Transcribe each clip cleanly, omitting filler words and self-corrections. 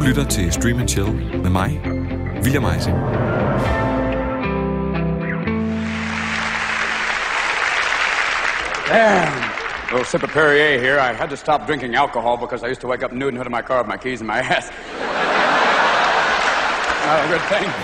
lytter til Stream and Chill med mig, William Eising. Damn! A little sip of Perrier here. I had to stop drinking alcohol because I used to wake up nude in the hood of my car with my keys in my ass. Not a good thing.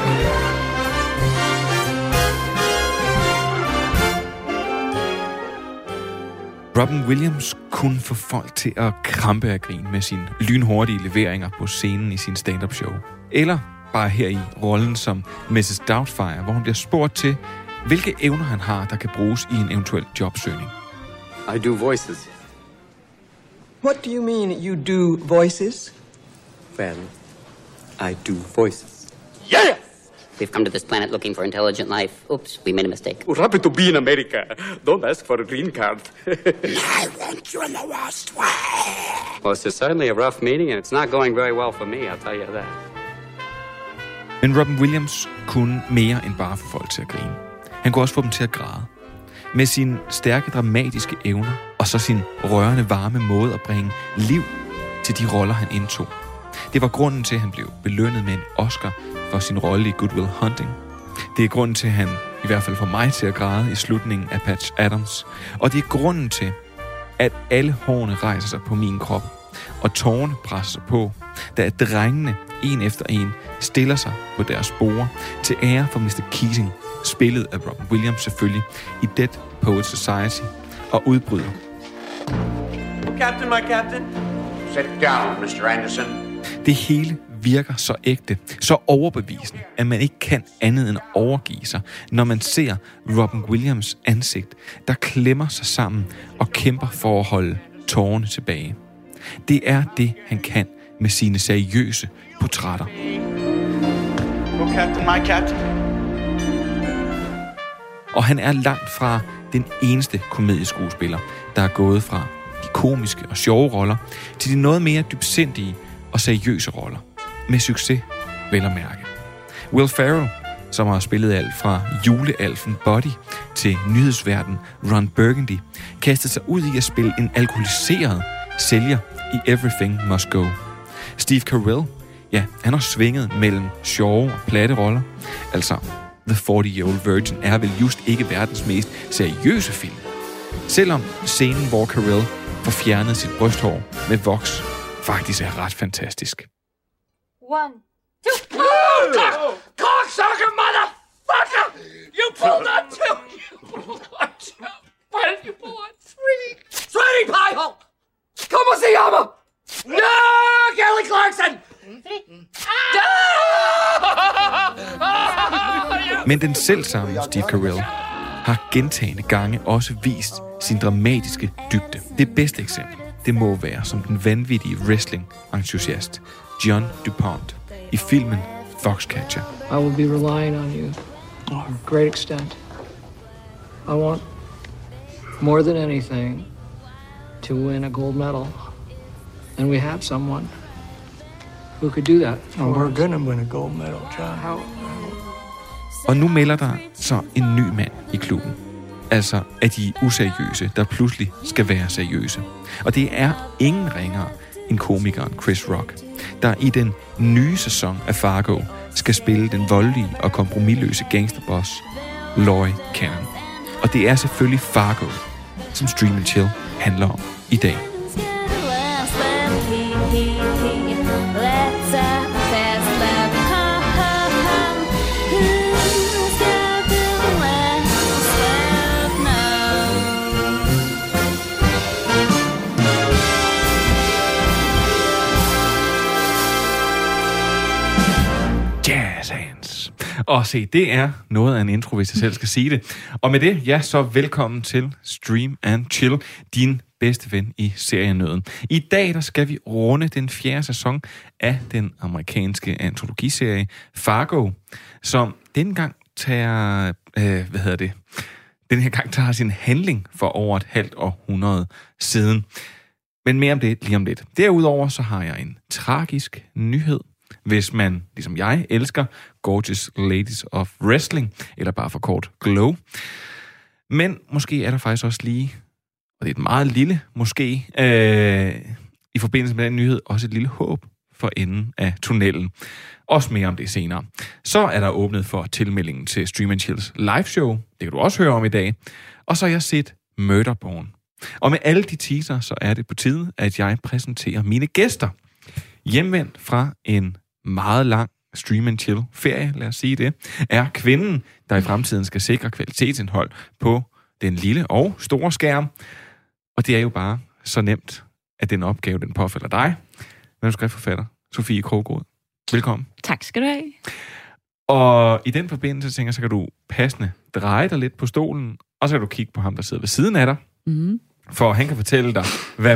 Robin Williams kunne få folk til at krampe af grin med sine lynhurtige leveringer på scenen i sin stand-up show. Eller bare her i rollen som Mrs. Doubtfire, hvor hun bliver spurgt til, hvilke evner han har, der kan bruges i en eventuel jobsøgning. I do voices. What do you mean you do voices? Well, I do voices. Yeah! We've come to this planet looking for intelligent life. Oops, we made a mistake. We're happy to be in America. Don't ask for a green card. I want you in the worst way. Well, it's certainly a rough meeting, and it's not going very well for me, I'll tell you that. Men Robin Williams kunne mere end bare få folk til at grine. Han kunne også få dem til at græde. Med sine stærke dramatiske evner, og så sin rørende varme måde at bringe liv til de roller, han indtog. Det var grunden til, at han blev belønnet med en Oscar for sin rolle i Good Will Hunting. Det er grunden til, at han i hvert fald får mig til at græde i slutningen af Patch Adams. Og det er grunden til, at alle hårene rejser sig på min krop, og tårerne presser sig på, da drengene en efter en stiller sig på deres borde til ære for Mr. Keating, spillet af Robin Williams selvfølgelig, i Dead Poets Society, og udbryder. Captain, my captain. Sit down, Mr. Anderson. Det hele virker så ægte, så overbevisende, at man ikke kan andet end at overgive sig, når man ser Robin Williams ansigt, der klemmer sig sammen og kæmper for at holde tårerne tilbage. Det er det, han kan med sine seriøse portrætter. Oh, Captain, my captain. Og han er langt fra den eneste komedieskuespiller, der er gået fra de komiske og sjove roller til de noget mere dybsindige og seriøse roller. Med succes, vel at mærke. Will Ferrell, som har spillet alt fra julealfen Buddy til nyhedsverden Ron Burgundy, kastede sig ud i at spille en alkoholiseret sælger i Everything Must Go. Steve Carell, ja, han har svinget mellem sjove og platte roller. Altså, The 40-Year-Old Virgin er vel just ikke verdens mest seriøse film. Selvom scenen, hvor Carell får fjernet sit brysthår med voks, faktisk er ret fantastisk. 1, 2, Cocksucker, motherfucker! You pulled on 2! Why did you pull on 3? Sweetie pie hole! Come on, see Yama! No, Kelly Clarkson! Men den selvsamme Steve Carell har gentagne gange også vist sin dramatiske dybde. Det bedste eksempel, det må være som den vanvittige wrestling-entusiast John DuPont i filmen Foxcatcher. I will be relying on you to a great extent. I want, more than anything, to win a gold medal. And we have someone who could do that. Oh, we're gonna win a gold medal, John. Og nu melder der så en ny mand i klubben. Altså af de useriøse, der pludselig skal være seriøse. Og det er ingen ringere end komikeren Chris Rock, der i den nye sæson af Fargo skal spille den voldelige og kompromisløse gangsterboss Laurie Cannon. Og det er selvfølgelig Fargo, som Stream and Chill handler om i dag. Og se, det er noget af en intro, hvis jeg selv skal sige det. Og med det, ja, så velkommen til Stream and Chill, din bedste ven i serienøden. I dag, der skal vi runde den 4. sæson af den amerikanske antologiserie Fargo, som den her gang tager sin handling for over et halvt århundrede siden. Men mere om det lige om lidt. Derudover så har jeg en tragisk nyhed. Hvis man, ligesom jeg, elsker Gorgeous Ladies of Wrestling, eller bare for kort GLOW. Men måske er der faktisk også lige, og det er et meget lille måske, i forbindelse med den nyhed, også et lille håb for enden af tunnelen. Også mere om det senere. Så er der åbnet for tilmeldingen til Stream & Chills liveshow. Det kan du også høre om i dag. Og så har jeg set Murderborn. Og med alle de teaser, så er det på tide, at jeg præsenterer mine gæster. Hjemvendt fra en meget lang Stream & Chill ferie, lad os sige det, er kvinden, der i fremtiden skal sikre kvalitetsindhold på den lille og store skærm. Og det er jo bare så nemt, at den opgave, den påfælder dig. Manuskriptforfatter Sofie Krogsgaard. Velkommen. Tak skal du have. Og i den forbindelse, tænker jeg, så kan du passende dreje dig lidt på stolen, og så kan du kigge på ham, der sidder ved siden af dig. Mm-hmm. For han kan fortælle dig, hvad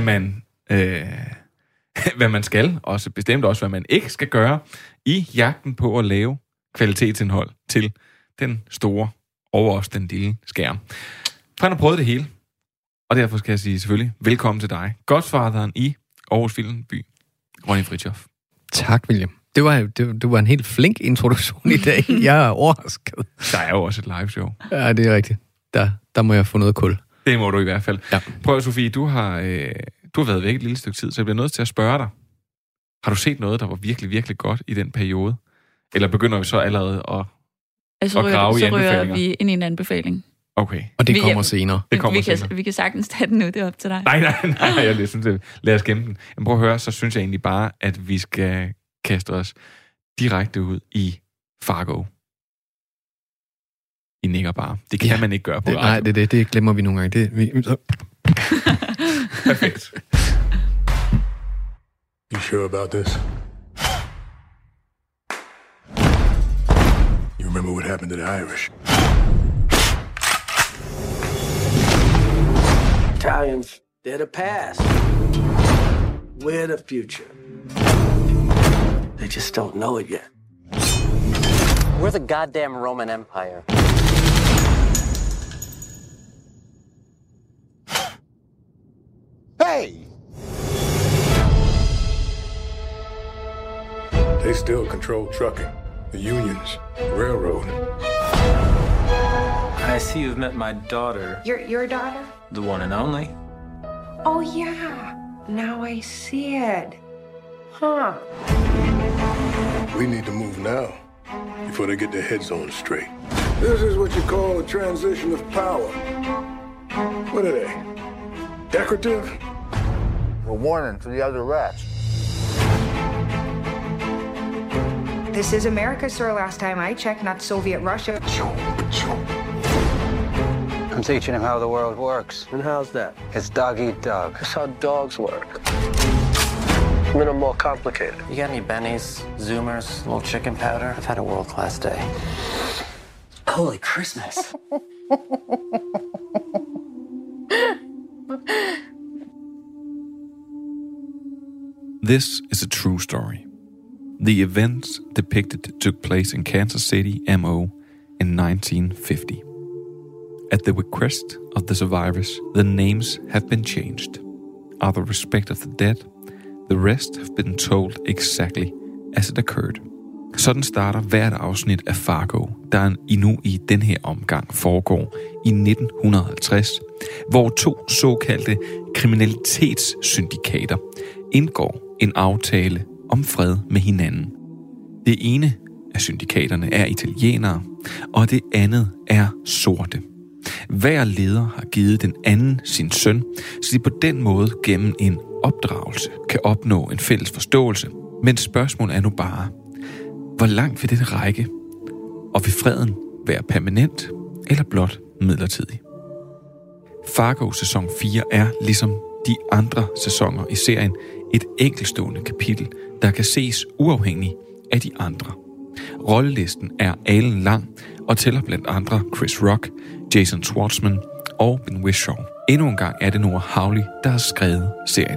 man skal, og bestemt også, hvad man ikke skal gøre, i jagten på at lave kvalitetsindhold til den store, og også den lille skærm. For han har prøvet det hele, og derfor skal jeg sige selvfølgelig velkommen til dig, godfaderen i Aarhus Filmby, Ronny Fritjof. Tak, William. Det var en helt flink introduktion i dag. Jeg er overrasket. Der er jo også et liveshow. Ja, det er rigtigt. Der må jeg få noget kul. Det må du i hvert fald. Ja. Prøv, Sofie, du har været væk et lille stykke tid, så jeg bliver nødt til at spørge dig. Har du set noget, der var virkelig, virkelig godt i den periode? Eller begynder vi så allerede at grave i anbefalinger? Så rører vi ind i en anbefaling. Okay. Og det kommer senere. Vi kan sagtens tage den nu, det er op til dig. Nej, jeg synes, lad os gemme den. Men prøv at høre, så synes jeg egentlig bare, at vi skal kaste os direkte ud i Fargo. I nikker bare. Det kan man ikke gøre på radio. Nej, det glemmer vi nogle gange. Perfekt. You sure about this? You remember what happened to the Irish? Italians, they're the past. We're the future. They just don't know it yet. We're the goddamn Roman Empire. Hey! They still control trucking, the unions, the railroad. I see you've met my daughter. Your daughter? The one and only. Oh, yeah. Now I see it. Huh. We need to move now, before they get their heads on straight. This is what you call a transition of power. What are they? Decorative? A warning to the other rats. This is America, sir. Last time I checked, not Soviet Russia. I'm teaching him how the world works. And how's that? It's dog eat dog. That's how dogs work. A little more complicated. You got any bennies, Zoomers, little chicken powder? I've had a world-class day. Holy Christmas. This is a true story. The events depicted took place in Kansas City, MO, in 1950. At the request of the survivors, the names have been changed. Out of respect of the dead, the rest have been told exactly as it occurred. Sådan starter hvert afsnit af Fargo, der endnu i den her omgang foregår i 1950, hvor to såkaldte kriminalitetssyndikater indgår en aftale om fred med hinanden. Det ene af syndikaterne er italienere, og det andet er sorte. Hver leder har givet den anden sin søn, så de på den måde gennem en opdragelse kan opnå en fælles forståelse. Men spørgsmålet er nu bare, hvor langt vil det række? Og vil freden være permanent eller blot midlertidig? Fargo sæson 4 er, ligesom de andre sæsoner i serien, et enkeltstående kapitel, der kan ses uafhængigt af de andre. Rollelisten er alen lang og tæller blandt andre Chris Rock, Jason Schwartzman og Ben Whishaw. Endnu en gang er det Noah Hawley, der har skrevet serien.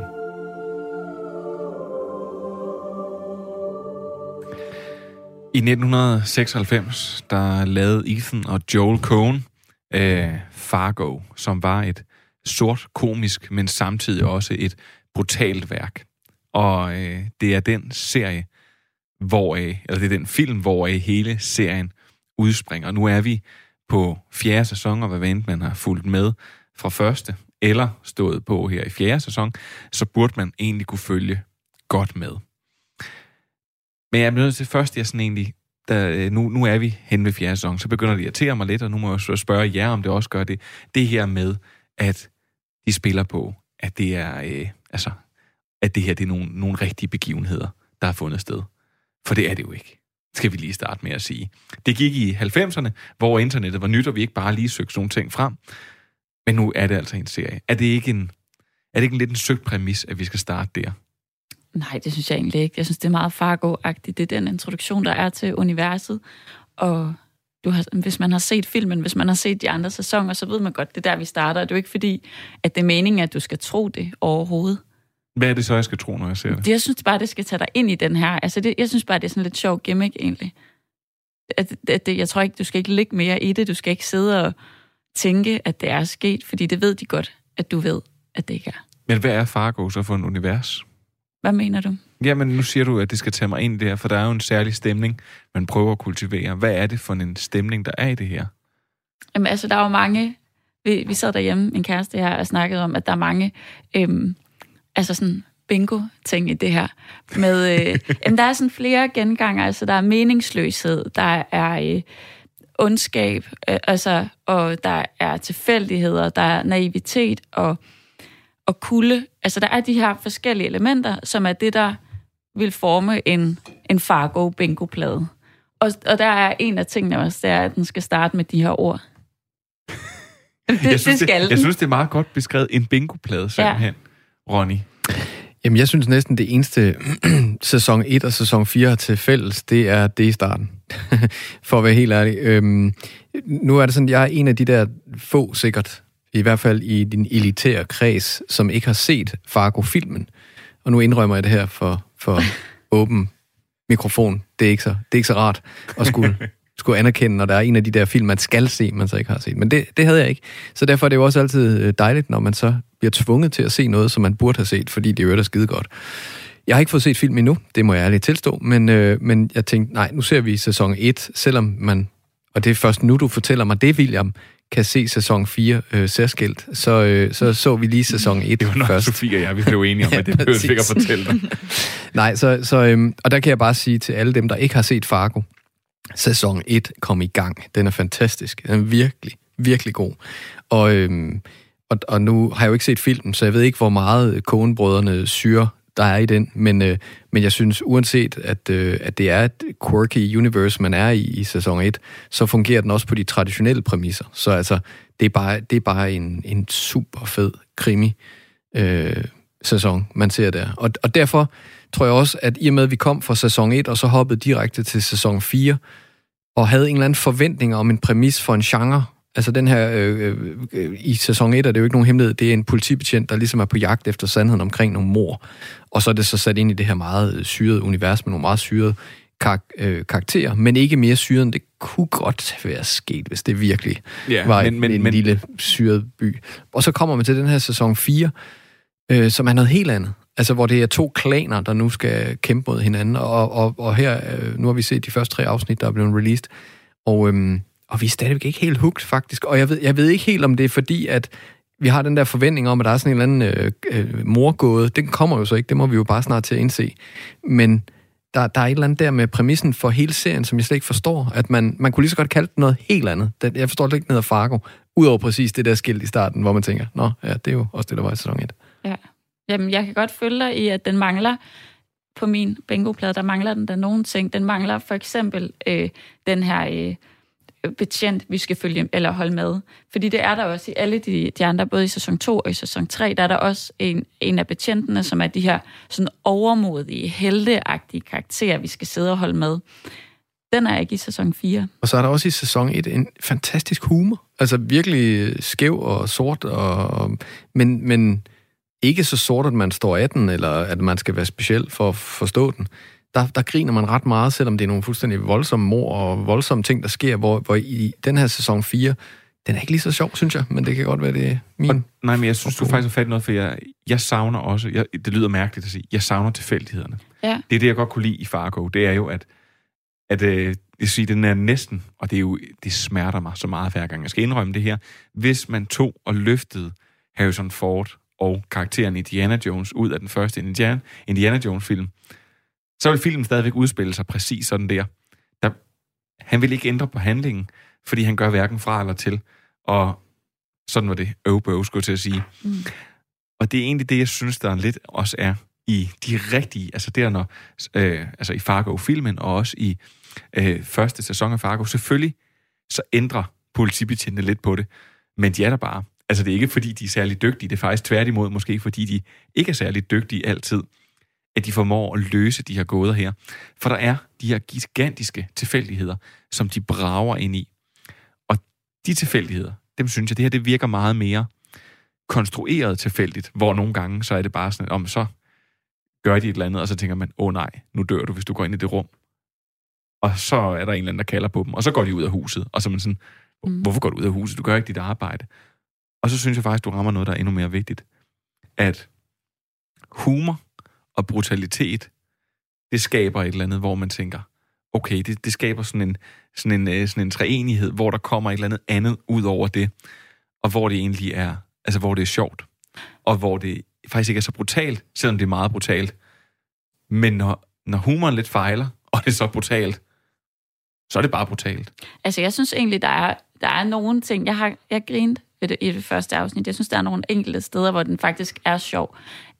I 1996, der lavede Ethan og Joel Coen Fargo, som var et sort komisk, men samtidig også et brutalt værk. Og det er den serie, det er den film, hvoraf hele serien udspringer. Nu er vi på 4. sæson, og hvad vent man har fulgt med fra første, eller stået på her i 4. sæson, så burde man egentlig kunne følge godt med. Men jeg er nødt til først, jeg sådan egentlig... Nu er vi hen ved 4. sæson, så begynder det at irritere mig lidt, og nu må jeg så spørge jer, om det også gør det. Det her med, at de spiller på, at det er... at det her det er nogle rigtige begivenheder, der har fundet sted. For det er det jo ikke. Skal vi lige starte med at sige. Det gik i 90'erne, hvor internettet var nyt, og vi ikke bare lige søgte nogle ting frem. Men nu er det altså en serie. Er det ikke en lidt en søgt præmis, at vi skal starte der? Nej, det synes jeg egentlig ikke. Jeg synes, det er meget Fargo-agtigt. Det er den introduktion, der er til universet. Og hvis man har set filmen, hvis man har set de andre sæsoner, så ved man godt, det er der, vi starter. Det er jo ikke fordi, at det er meningen, at du skal tro det overhovedet. Hvad er det så, jeg skal tro, når jeg ser det? Jeg synes bare, det skal tage dig ind i den her. Altså, jeg synes bare, det er sådan lidt sjov gimmick, egentlig. Jeg tror ikke, du skal ikke ligge mere i det. Du skal ikke sidde og tænke, at det er sket, fordi det ved de godt, at du ved, at det ikke er. Men hvad er Fargo så for en univers? Hvad mener du? Jamen, nu siger du, at det skal tage mig ind i det her, for der er jo en særlig stemning, man prøver at kultivere. Hvad er det for en stemning, der er i det her? Jamen, altså, der er jo mange... Vi sad derhjemme, min kæreste her, og snakkede om, at der er mange... sådan bingo-ting i det her. Med, der er sådan flere genganger. Altså, der er meningsløshed, der er ondskab, og der er tilfældigheder, der er naivitet og kulde. Altså, der er de her forskellige elementer, som er det, der vil forme en Fargo-bingo-plade. Og der er en af tingene også, det er, at den skal starte med de her ord. Jeg synes, det er meget godt beskrevet. En bingo-plade, simpelthen. Ja. Ronny? Jamen, jeg synes næsten det eneste sæson 1 og sæson 4 til fælles, det er det i starten. For at være helt ærlig. Nu er det sådan, jeg er en af de der få sikkert, i hvert fald i din elitære kreds, som ikke har set Fargo-filmen. Og nu indrømmer jeg det her for åben mikrofon. Det er ikke så rart at skulle anerkende, når der er en af de der film, man skal se, man så ikke har set. Men det havde jeg ikke. Så derfor er det jo også altid dejligt, når man så bliver tvunget til at se noget, som man burde have set, fordi det jo er skide godt. Jeg har ikke fået set film endnu, det må jeg ærligt tilstå, men jeg tænkte, nej, nu ser vi sæson 1, selvom man, og det er først nu, du fortæller mig det, William, kan se sæson 4 særskilt, så vi lige sæson 1 det var nok først. Sofie og jeg, vi blev enige om, at det behøver ikke at fortælle dig. Nej, og der kan jeg bare sige til alle dem, der ikke har set Fargo, sæson 1 kom i gang. Den er fantastisk. Den er virkelig, virkelig god. Og nu har jeg jo ikke set filmen, så jeg ved ikke, hvor meget Coen-brødrene syre der er i den, men jeg synes, uanset at det er et quirky universe, man er i sæson 1, så fungerer den også på de traditionelle præmisser. Så altså, det er bare en super fed krimi sæson, man ser der. Og derfor tror jeg også, at i og med, at vi kom fra sæson 1, og så hoppede direkte til sæson 4, og havde en eller anden forventning om en præmis for en genre. Altså den her, i sæson 1 er det jo ikke nogen hemmelighed, det er en politibetjent, der ligesom er på jagt efter sandheden omkring nogle mord. Og så er det så sat ind i det her meget syrede univers med nogle meget syrede karakterer, men ikke mere syret, end det kunne godt være sket, hvis det virkelig var en lille syret by. Og så kommer man til den her sæson 4, som er noget helt andet. Altså, hvor det er 2 klaner, der nu skal kæmpe mod hinanden. Og her, nu har vi set de første 3 afsnit, der er blevet released. Og vi er stadigvæk ikke helt hooked, faktisk. Og jeg ved ikke helt, om det er fordi, at vi har den der forventning om, at der er sådan en eller anden morgåde. Den kommer jo så ikke, det må vi jo bare snart til at indse. Men der er et eller andet der med præmissen for hele serien, som jeg slet ikke forstår. At man kunne lige så godt kalde det noget helt andet. Jeg forstår det ikke, den hedder Fargo. Udover præcis det der skilt i starten, hvor man tænker, nå, ja, det er jo også det, der var i sæson 1. Ja. Jamen, jeg kan godt følge dig i, at den mangler på min bingoplade, der mangler den der nogle ting. Den mangler for eksempel den her betjent, vi skal følge eller holde med. Fordi det er der også i alle de andre, både i sæson 2 og i sæson 3, der er der også en af betjentene, som er de her sådan overmodige, helteagtige karakterer, vi skal sidde og holde med. Den er ikke i sæson 4. Og så er der også i sæson 1 en fantastisk humor. Altså virkelig skæv og sort, men ikke så sort, at man står af den, eller at man skal være speciel for at forstå den. Der griner man ret meget, selvom det er nogle fuldstændig voldsomme mord og voldsomme ting, der sker, hvor i den her sæson 4, den er ikke lige så sjov, synes jeg, men det kan godt være, det er min. Nej, men jeg synes, du faktisk har fat i noget, for jeg savner også, det lyder mærkeligt at sige, jeg savner tilfældighederne. Ja. Det er det, jeg godt kunne lide i Fargo, det er jo, at jeg siger, den er næsten, og det smerter mig så meget hver gang, jeg skal indrømme det her, hvis man tog og løftede Harrison Ford og karakteren Indiana Jones ud af den første Indiana Jones-film, så vil filmen stadigvæk udspille sig præcis sådan der. Han vil ikke ændre på handlingen, fordi han gør hverken fra eller til. Og sådan var det øvbøv, skulle jeg til at sige. Og det er egentlig det, jeg synes, der lidt også er i de rigtige, altså der når, altså i Fargo-filmen, og også i første sæson af Fargo, selvfølgelig så ændrer politibetjentene lidt på det, men de er der bare. Altså det er ikke, fordi de er særlig dygtige, det er faktisk tværtimod, måske fordi de ikke er særlig dygtige altid, at de formår at løse de her gåder her. For der er de her gigantiske tilfældigheder, som de brager ind i. Og de tilfældigheder, dem synes jeg, det virker meget mere konstrueret tilfældigt, hvor nogle gange, så er det bare sådan, så gør de et eller andet, og så tænker man, nej, nu dør du, hvis du går ind i det rum. Og så er der en eller anden, der kalder på dem, og så går de ud af huset, og så er man sådan, hvorfor går du ud af huset? Du gør ikke dit arbejde. Og så synes jeg faktisk, du rammer noget, der er endnu mere vigtigt. At humor og brutalitet, det skaber et eller andet, hvor man tænker, okay, det skaber sådan en treenighed, hvor der kommer et eller andet ud over det, og hvor det egentlig er, altså hvor det er sjovt, og hvor det faktisk ikke er så brutalt, selvom det er meget brutalt. Men når humoren lidt fejler, og det er så brutalt, så er det bare brutalt. Altså, jeg synes egentlig, der er nogle ting, jeg grinte ved det i det første afsnit. Jeg synes, der er nogle enkelte steder, hvor den faktisk er sjov.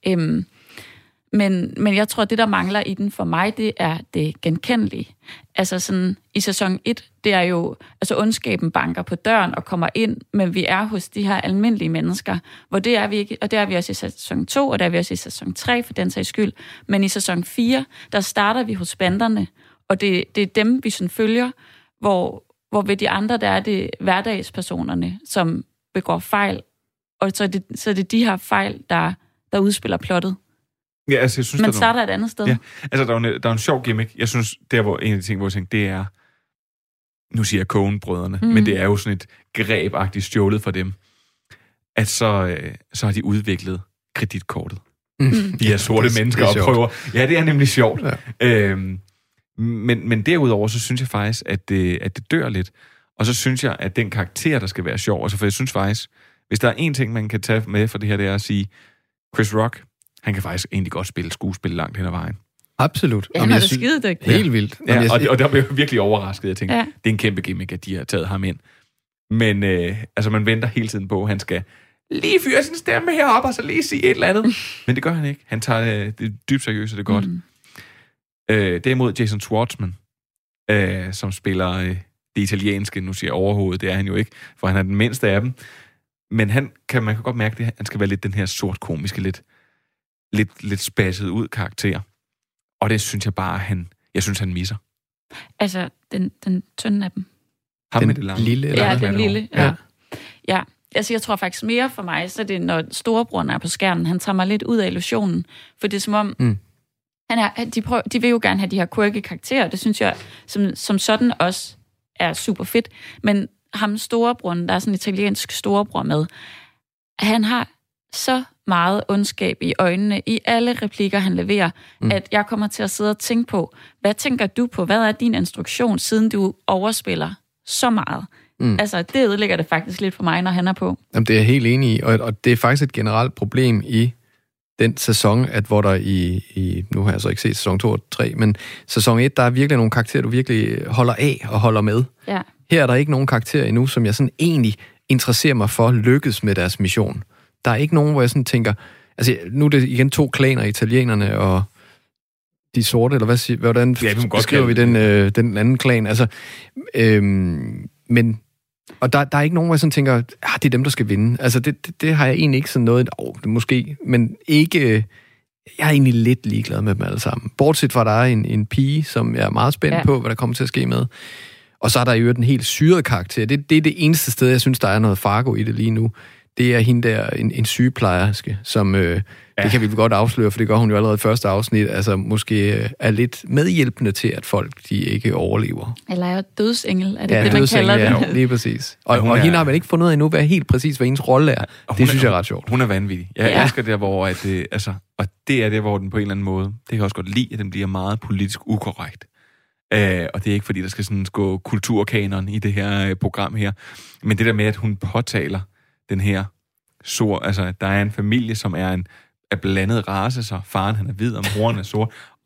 Men jeg tror, det, der mangler i den for mig, det er det genkendelige. Altså sådan, i sæson 1, det er jo, altså ondskaben banker på døren og kommer ind, men vi er hos de her almindelige mennesker, hvor det er vi ikke, og det er vi også i sæson 2, og det er vi også i sæson 3, for den sags skyld. Men i sæson 4, der starter vi hos banderne, og det er dem, vi sådan følger, hvor ved de andre, der er det hverdagspersonerne, som begår fejl, og så er det de her fejl, der udspiller plottet. Ja, altså, jeg synes, man starter et andet sted. Ja, altså, der er en sjov gimmick. Jeg synes, der hvor en af de ting, hvor jeg tænker, det er, nu siger jeg Coen-brødrene, men det er jo sådan et grebagtigt stjålet for dem, at så har de udviklet kreditkortet. De er sorte mennesker og prøver. Ja, det er nemlig sjovt. Ja. Men derudover, så synes jeg faktisk, at det dør lidt. Og så synes jeg, at den karakter, der skal være sjov, altså for jeg synes faktisk, hvis der er en ting, man kan tage med for det her, det er at sige, Chris Rock, han kan faktisk egentlig godt spille skuespil langt hen ad vejen. Absolut. Ja, han er skidedygtig. Helt vildt. Ja, og der blev jeg virkelig overrasket. Jeg tænkte, det er en kæmpe gimmick, at de har taget ham ind. Men altså, man venter hele tiden på, at han skal lige fyre sin stemme herop, og så lige sige et eller andet. Men det gør han ikke. Han tager det dybt seriøst, og det er godt. Derimod Jason Schwartzman, som spiller det italienske, nu siger jeg overhovedet, det er han jo ikke, for han er den mindste af dem. Men man kan godt mærke, at han skal være lidt den her sort-komiske, lidt spasset ud karakter. Og det synes jeg bare, han misser. Altså, den tynde af dem. Ham med det lange. Lille? Ja, den lille. Ja. Altså, jeg tror faktisk mere for mig, så det er, når storebroren er på skærmen, han tager mig lidt ud af illusionen. For det er som om, de vil jo gerne have de her quirky karakterer. Det synes jeg, som sådan også er super fedt. Men ham storebroren, der er sådan en italiensk storebror med, han har så meget ondskab i øjnene, i alle replikker, han leverer, at jeg kommer til at sidde og tænke på, hvad tænker du på? Hvad er din instruktion, siden du overspiller så meget? Altså, det ødelægger det faktisk lidt for mig, når han er på. Jamen, det er jeg helt enig i, og det er faktisk et generelt problem i den sæson, at hvor der i nu har jeg så ikke set sæson 2 og 3, men sæson 1, der er virkelig nogle karakterer, du virkelig holder af og holder med. Ja. Her er der ikke nogen karakterer endnu, som jeg sådan egentlig interesserer mig for lykkes med deres mission. Der er ikke nogen, hvor jeg sådan tænker, altså nu er det igen 2 klaner, italienerne og de sorte, eller hvordan beskriver vi den anden klan? Altså, men og der er ikke nogen, hvor jeg sådan tænker, det er dem, der skal vinde. Altså, det har jeg egentlig ikke sådan noget, måske, men ikke, jeg er egentlig lidt ligeglad med dem alle sammen. Bortset fra, der er en pige, som jeg er meget spændt på, hvad der kommer til at ske med. Og så er der jo den helt syrede karakter. Det er det eneste sted, jeg synes, der er noget Fargo i det lige nu. Det er hende der, en sygeplejerske, som, det kan vi godt afsløre, for det gør hun jo allerede i første afsnit, altså måske er lidt medhjælpende til, at folk de ikke overlever. Eller er dødsengel, er det man kalder det? Ja, lige præcis. Og hende har man ikke fundet ud af endnu, hvad helt præcis, hvad hendes rolle er. Det synes jeg er ret sjovt. Hun er vanvittig. Jeg elsker der, hvor og det er det, hvor den på en eller anden måde, det kan jeg også godt lide, at den bliver meget politisk ukorrekt. Og det er ikke, fordi der skal sådan gå kulturkanon i det her program her, men det der med, at hun påtaler den her der er en familie, som er blandet race, så faren han er hvid, og moren er sort,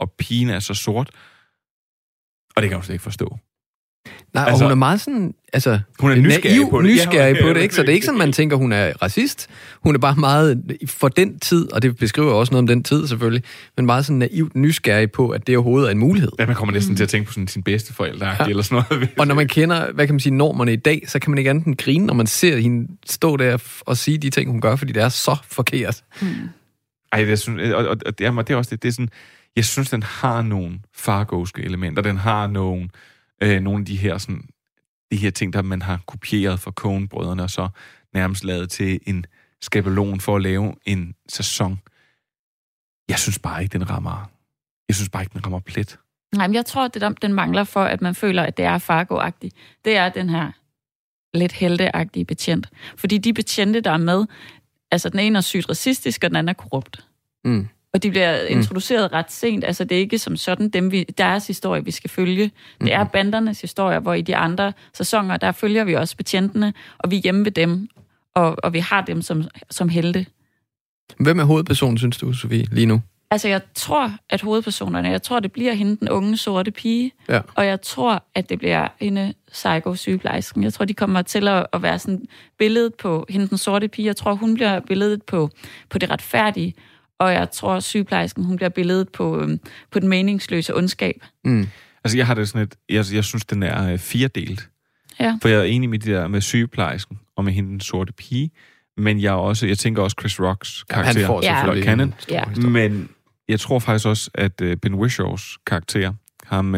og pigen er så sort. Og det kan hun slet ikke forstå. Nej, altså, og hun er meget sådan, altså, hun er nysgerrig på det, ikke? Så det er ikke sådan, man tænker, hun er racist. Hun er bare meget, for den tid, og det beskriver også noget om den tid selvfølgelig, men meget sådan naivt nysgerrig på, at det overhovedet er en mulighed. Ja, man kommer næsten til at tænke på sådan sine bedsteforældre, eller sådan noget. Og når man kender, hvad kan man sige, normerne i dag, så kan man ikke andet end grine, når man ser hende stå der og sige de ting, hun gør, fordi det er så forkert. Ej, det synes, og det er også det er sådan, jeg synes, den har nogle fargoske elementer, den har nogle af de her sådan, de her ting, der man har kopieret fra Coen-brødrene, og så nærmest lavet til en skabelon for at lave en sæson. Jeg synes bare ikke, den rammer plet. Nej, men jeg tror, at den mangler for, at man føler, at det er Fargo-agtigt. Det er den her lidt helteagtige betjent. Fordi de betjente, der er med, altså den ene er sygt racistisk, og den anden er korrupt. Mm. Og de bliver introduceret ret sent. Altså, det er ikke som sådan deres historie, vi skal følge. Det er bandernes historie, hvor i de andre sæsoner, der følger vi også betjentene, og vi er hjemme ved dem, og vi har dem som helte. Hvem er hovedpersonen, synes du, Sofie, lige nu? Altså, jeg tror, at hovedpersonerne, det bliver hende, den unge sorte pige, og jeg tror, at det bliver hende psyko-sygeplejersken. Jeg tror, de kommer til at være sådan billedet på hende, den sorte pige. Jeg tror, hun bliver billedet på det retfærdige, og jeg tror, at sygeplejersken, hun bliver billedet på den meningsløse ondskab. Mm. Altså, jeg har det sådan jeg synes, den er firedelt. Ja. For jeg er enig med det der med sygeplejersken og med hende, den sorte pige, men jeg tænker også Chris Rocks karakter. Han får selvfølgelig Cannon. Ja. Men jeg tror faktisk også, at Ben Whishaws karakter, ham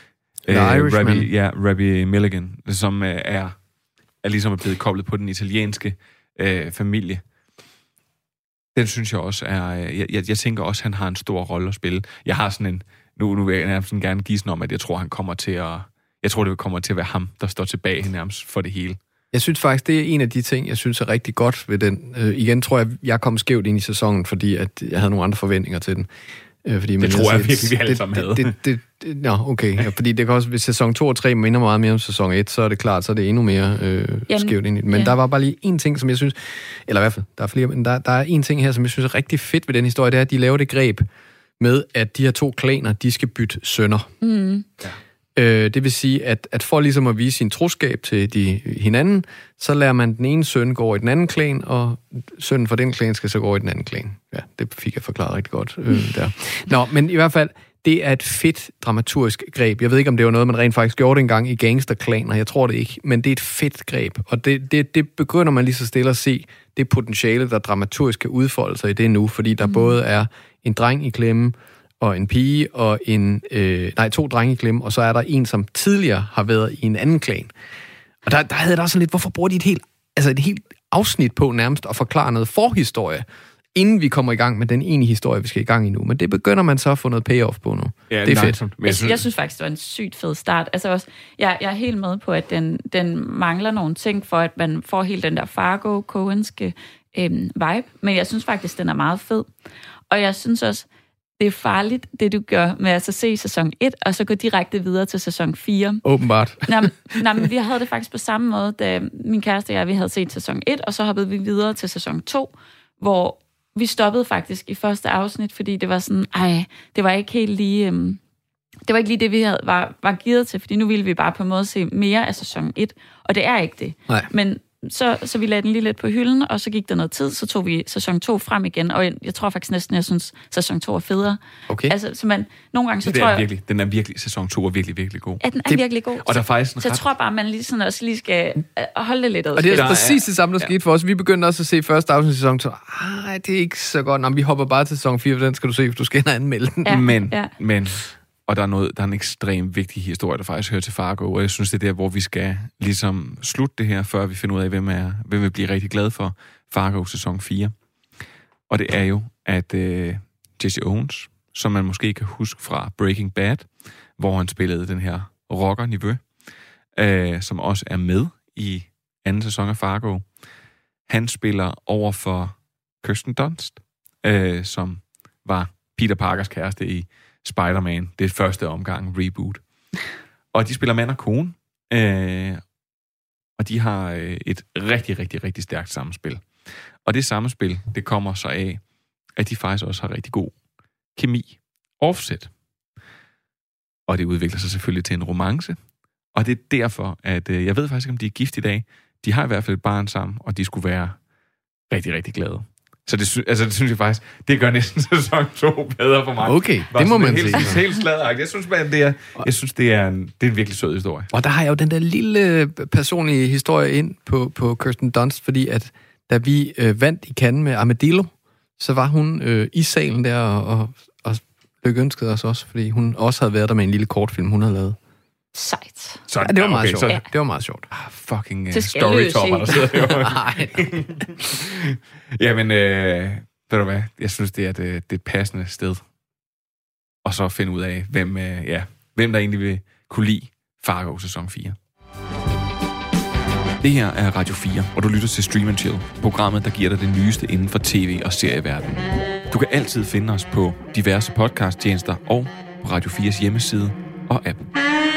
Rabbi Milligan, som er ligesom blevet koblet på den italienske familie. Den synes jeg også er... Jeg tænker også, at han har en stor rolle at spille. Jeg har sådan en... Nu vil jeg nærmest gerne gisne om, at jeg tror, han kommer til at... Jeg tror, det kommer til at være ham, der står tilbage nærmest for det hele. Jeg synes faktisk, det er en af de ting, jeg synes er rigtig godt ved den. Igen tror jeg kom skævt ind i sæsonen, fordi at jeg havde nogle andre forventninger til den. Fordi det tror jeg virkelig, vi alle sammen havde. Okay. Ja, fordi det kan også, hvis sæson 2 og 3 minder meget mere om sæson 1, så er det klart, så er det endnu mere skævt ind i den. Men der var bare lige en ting, som jeg synes, eller i hvert fald, der er flere, men der er en ting her, som jeg synes er rigtig fedt ved den historie, det er, at de laver det greb med, at de her to klaner, de skal bytte sønner. Mm. Ja. Det vil sige, at for ligesom at vise sin troskab til hinanden, så lader man den ene søn gå over i den anden klan, og sønnen fra den klan skal så gå over i den anden klan. Ja, det fik jeg forklaret rigtig godt der. Nå, men i hvert fald, det er et fedt dramaturgisk greb. Jeg ved ikke, om det var noget, man rent faktisk gjorde engang i gangsterklaner. Jeg tror det ikke, men det er et fedt greb. Og det begynder man lige så stille at se det potentiale, der dramaturgisk kan udfolde sig i det nu, fordi der både er en dreng i klemme, og en pige, og to drenge i klemme, og så er der en, som tidligere har været i en anden klan. Og der havde jeg da også lidt, hvorfor bruger de et helt afsnit på nærmest at forklare noget forhistorie, inden vi kommer i gang med den ene historie, vi skal i gang i nu. Men det begynder man så at få noget payoff på nu. Ja, det er fedt. Jeg synes faktisk, det var en sygt fed start. Altså også, jeg er helt med på, at den mangler nogle ting, for at man får helt den der Fargo-Coenske vibe. Men jeg synes faktisk, den er meget fed. Og jeg synes også, det er farligt, det du gør med at se sæson 1, og så gå direkte videre til sæson 4. Åbenbart. Nej, men vi havde det faktisk på samme måde, da min kæreste og jeg, vi havde set sæson 1, og så hoppede vi videre til sæson 2, hvor vi stoppede faktisk i første afsnit, fordi det var sådan, det var ikke helt lige... det var ikke lige det, vi var gearet til, fordi nu ville vi bare på en måde se mere af sæson 1, og det er ikke det. Nej. Men så vi lagde den lige lidt på hylden, og så gik der noget tid, så tog vi sæson 2 frem igen, og jeg tror faktisk næsten, jeg synes, sæson 2 er federe. Okay. Altså, så man, nogle gange så det tror jeg... Virkelig, den er virkelig, sæson 2 er virkelig, virkelig god. Ja, den er virkelig god. Og der er faktisk så jeg tror bare, man lige skal holde det lidt ud. Og det er præcis det samme, der skete for os. Vi begyndte også at se første afsnit i sæson 2. Det er ikke så godt. Nå, vi hopper bare til sæson 4, for den skal du se, hvis du skal ind og anmelde den. Ja. Men og der er en ekstremt vigtig historie, der faktisk hører til Fargo, og jeg synes, det er der, hvor vi skal ligesom slutte det her, før vi finder ud af, hvem vil blive rigtig glad for Fargo sæson 4. Og det er jo, at Jesse Owens, som man måske kan huske fra Breaking Bad, hvor han spillede den her rocker-niveau, som også er med i anden sæson af Fargo, han spiller over for Kirsten Dunst, som var Peter Parkers kæreste i Spider-Man, det er første omgang reboot. Og de spiller mand og kone, og de har et rigtig, rigtig, rigtig stærkt samspil. Og det samspil, det kommer så af, at de faktisk også har rigtig god kemi. Offset, Og det udvikler sig selvfølgelig til en romance. Og det er derfor, at jeg ved faktisk ikke, om de er gift i dag. De har i hvert fald et barn sammen, og de skulle være rigtig, rigtig glade. Så det synes jeg faktisk, det gør næsten sæson 2 bedre for mig. Okay, det må man sige. Helt sladderagt. Jeg synes bare, det er en virkelig sød historie. Og der har jeg jo den der lille personlige historie ind på Kirsten Dunst, fordi at da vi vandt i Cannes med Armadillo, så var hun i salen der og lykønskede os også, fordi hun også havde været der med en lille kortfilm, hun havde lavet. Sejt. Ja, det var meget sjovt. Det var meget sjovt. Fucking storytopper, der sidder jo. Jamen, ved du hvad? Jeg synes, det er et passende sted. Og så finde ud af, hvem der egentlig vil kunne lide Fargo sæson 4. Det her er Radio 4, og du lytter til Stream & Chill, programmet, der giver dig det nyeste inden for tv- og serieverdenen. Du kan altid finde os på diverse podcasttjenester og på Radio 4's hjemmeside og app.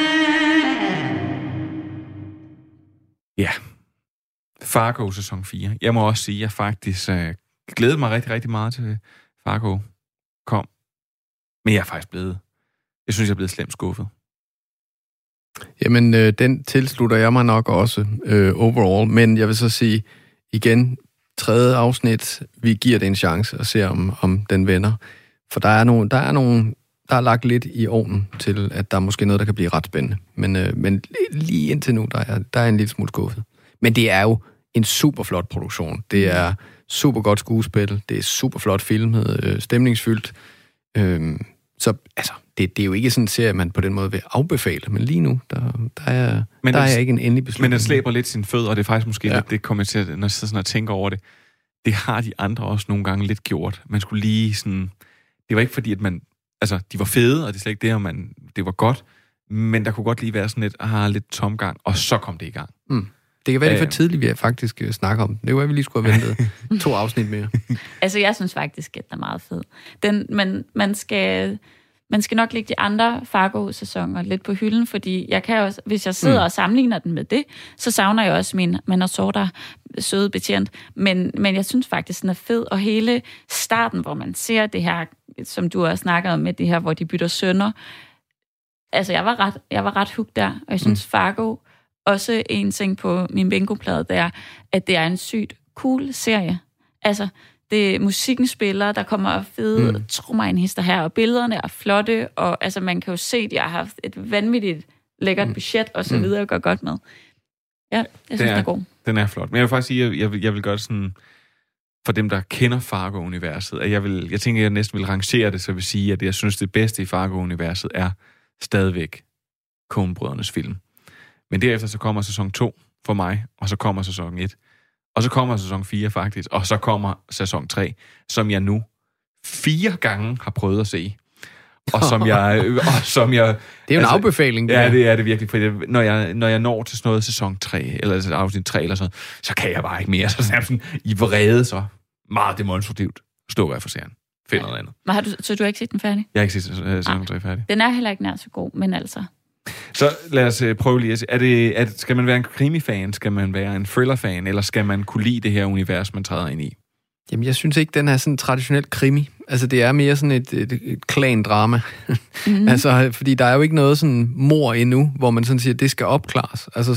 Ja, Fargo sæson 4. Jeg må også sige, at jeg faktisk glædede mig rigtig, rigtig meget til Fargo kom. Men jeg er faktisk jeg synes, jeg er blevet slemt skuffet. Jamen, den tilslutter jeg mig nok også overall, men jeg vil så sige igen, 3. afsnit, vi giver det en chance og ser, om den vender. For der er lagt lidt i ovnen til, at der er måske noget, der kan blive ret spændende. Men lige indtil nu, der er en lille smule skuffet. Men det er jo en super flot produktion. Det er super godt skuespil. Det er super flot filmet, stemningsfyldt. Så altså, det er jo ikke sådan en serie, man på den måde vil afbefale. Men lige nu, der er ikke en endelig beslutning. Men den slæber lidt sin fødder, og det er faktisk måske lidt, det kommer til, når jeg sidder sådan og tænker over det. Det har de andre også nogle gange lidt gjort. Man skulle lige sådan... Det var ikke fordi, at man... Altså, de var fede, og det er slet ikke det, og det var godt. Men der kunne godt lige være sådan lidt tomgang, og så kom det i gang. Det kan være lidt for tidligt, vi faktisk snakker om. Det var, vi lige skulle have ventet 2 afsnit mere. Altså, jeg synes faktisk, at den er meget fed. Man skal nok lægge de andre Fargo-sæsoner lidt på hylden, fordi jeg kan også, hvis jeg sidder og sammenligner den med det, så savner jeg også min Minnesota søde betjent. Men jeg synes faktisk, den er fed, og hele starten, hvor man ser det her, som du har snakket om med det her, hvor de bytter sønner. Altså, jeg var ret hooked der, og jeg synes Fargo, også en ting på min bingoplade, det er, at det er en sygt cool serie. Altså, musikken spiller, der kommer fede trommerindhister her, og billederne er flotte, og altså, man kan jo se, at jeg har haft et vanvittigt lækkert budget, og så videre, og går godt med. Ja, jeg synes, den er god. Den er flot. Men jeg vil faktisk sige, at jeg vil gøre det sådan, for dem, der kender Fargo-universet, at jeg tænker, at jeg næsten vil rangere det, så vil sige, at jeg synes, det bedste i Fargo-universet er stadigvæk Coen-brødrenes film. Men derefter så kommer sæson 2 for mig, og så kommer sæson 1. Og så kommer sæson 4 faktisk, og så kommer sæson 3, som jeg nu 4 gange har prøvet at se. Og som jeg... Det er jo en afbefaling. Ja, det er det virkelig. For når jeg når til sådan noget sæson 3, eller afsnit 3 eller sådan, så kan jeg bare ikke mere. Så sådan i vrede, så meget demonstrativt stå jeg for serien. Find noget andet. Så du har ikke set den færdig? Jeg har ikke set sæson 3 færdig. Den er heller ikke nær så god, men altså... Så lad os prøve lige at se. Skal man være en krimi-fan? Skal man være en thriller-fan? Eller skal man kunne lide det her univers, man træder ind i? Jamen, jeg synes ikke, den er sådan en traditionel krimi. Altså, det er mere sådan et klan-drama. Altså, fordi der er jo ikke noget sådan mord endnu, hvor man sådan siger, at det skal opklares. Altså,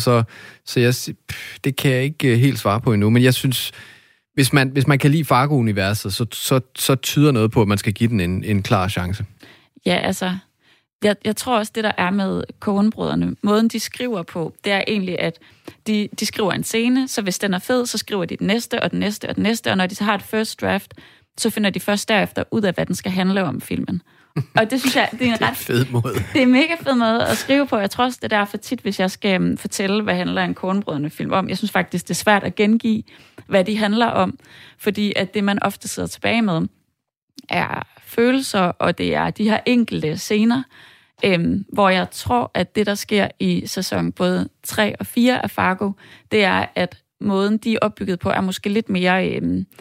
så det kan jeg ikke helt svare på endnu. Men jeg synes, hvis man kan lide Fargo-universet, så tyder noget på, at man skal give den en klar chance. Ja, altså... Jeg tror også, det der er med Coen-brødrene, måden de skriver på, det er egentlig, at de skriver en scene, så hvis den er fed, så skriver de den næste, og den næste, og den næste, og når de så har et first draft, så finder de først derefter ud af, hvad den skal handle om filmen. Og det synes jeg, det er en ret fed måde. Det er en mega fed måde at skrive på. Jeg tror også, det er derfor tit, hvis jeg skal fortælle, hvad handler en Coen-brødrene film om. Jeg synes faktisk, det er svært at gengive, hvad de handler om, fordi at det, man ofte sidder tilbage med, er følelser, og det er de her enkelte scener, hvor jeg tror, at det, der sker i sæson både 3 og 4 af Fargo, det er, at måden, de er opbygget på, er måske lidt mere...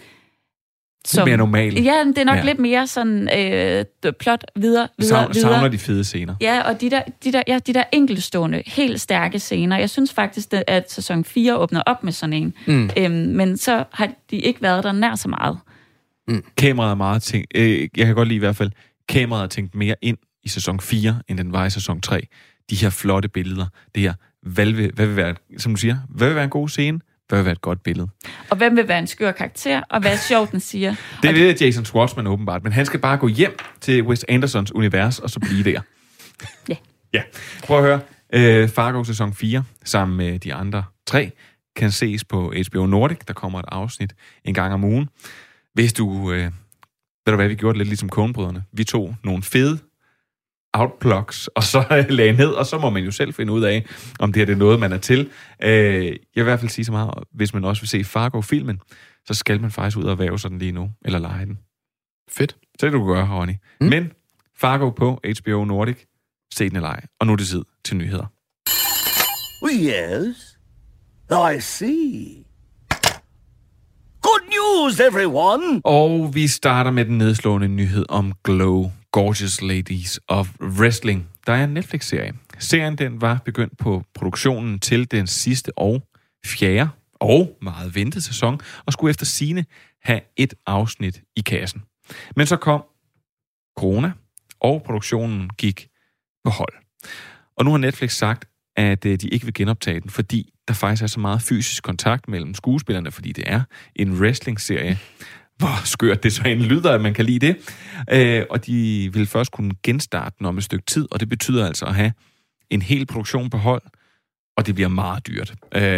lidt mere normal. Ja, det er nok lidt mere sådan plot videre. Savner de fede scener. Ja, og de der enkeltstående, helt stærke scener. Jeg synes faktisk, at sæson 4 åbner op med sådan en. Men så har de ikke været der nær så meget. Kameraet er meget tænkt... jeg kan godt lide i hvert fald, kameraet er tænkt mere ind i sæson 4, end den var i sæson 3. De her flotte billeder. Det her, hvad vil være, som du siger, hvad vil være en god scene? Hvad vil være et godt billede? Og hvem vil være en skør karakter? Og hvad er sjovt, den siger? Det ved Jason Schwartzman åbenbart, men han skal bare gå hjem til Wes Andersons univers, og så blive der. Ja. Ja. Prøv at høre. Fargo sæson 4, sammen med de andre 3, kan ses på HBO Nordic. Der kommer et afsnit en gang om ugen. Hvis du... ved du hvad, vi gjorde det lidt ligesom Coen-brødrene. Vi tog nogle fede outplugs, og så lagde ned, og så må man jo selv finde ud af, om det her det er noget, man er til. Jeg vil i hvert fald sige så meget, hvis man også vil se Fargo-filmen, så skal man faktisk ud og væve sådan lige nu, eller lege den. Fedt. Så det du kan gøre, Ronny. Men Fargo på HBO Nordic, se den eller ej. Og nu er det tid til nyheder. Yes, I see. Good news, everyone! Og vi starter med den nedslående nyhed om Glow, Gorgeous Ladies of Wrestling. Der er en Netflix-serie. Serien den var begyndt på produktionen til den sidste og 4. og meget ventede sæson, og skulle efter sigende have et afsnit i kassen. Men så kom corona, og produktionen gik på hold. Og nu har Netflix sagt, at de ikke vil genoptage den, fordi der faktisk er så meget fysisk kontakt mellem skuespillerne, fordi det er en wrestling-serie. Hvor skørt det så en lyder, at man kan lide det. Og de vil først kunne genstarte den om et stykke tid, og det betyder altså at have en hel produktion på hold, og det bliver meget dyrt.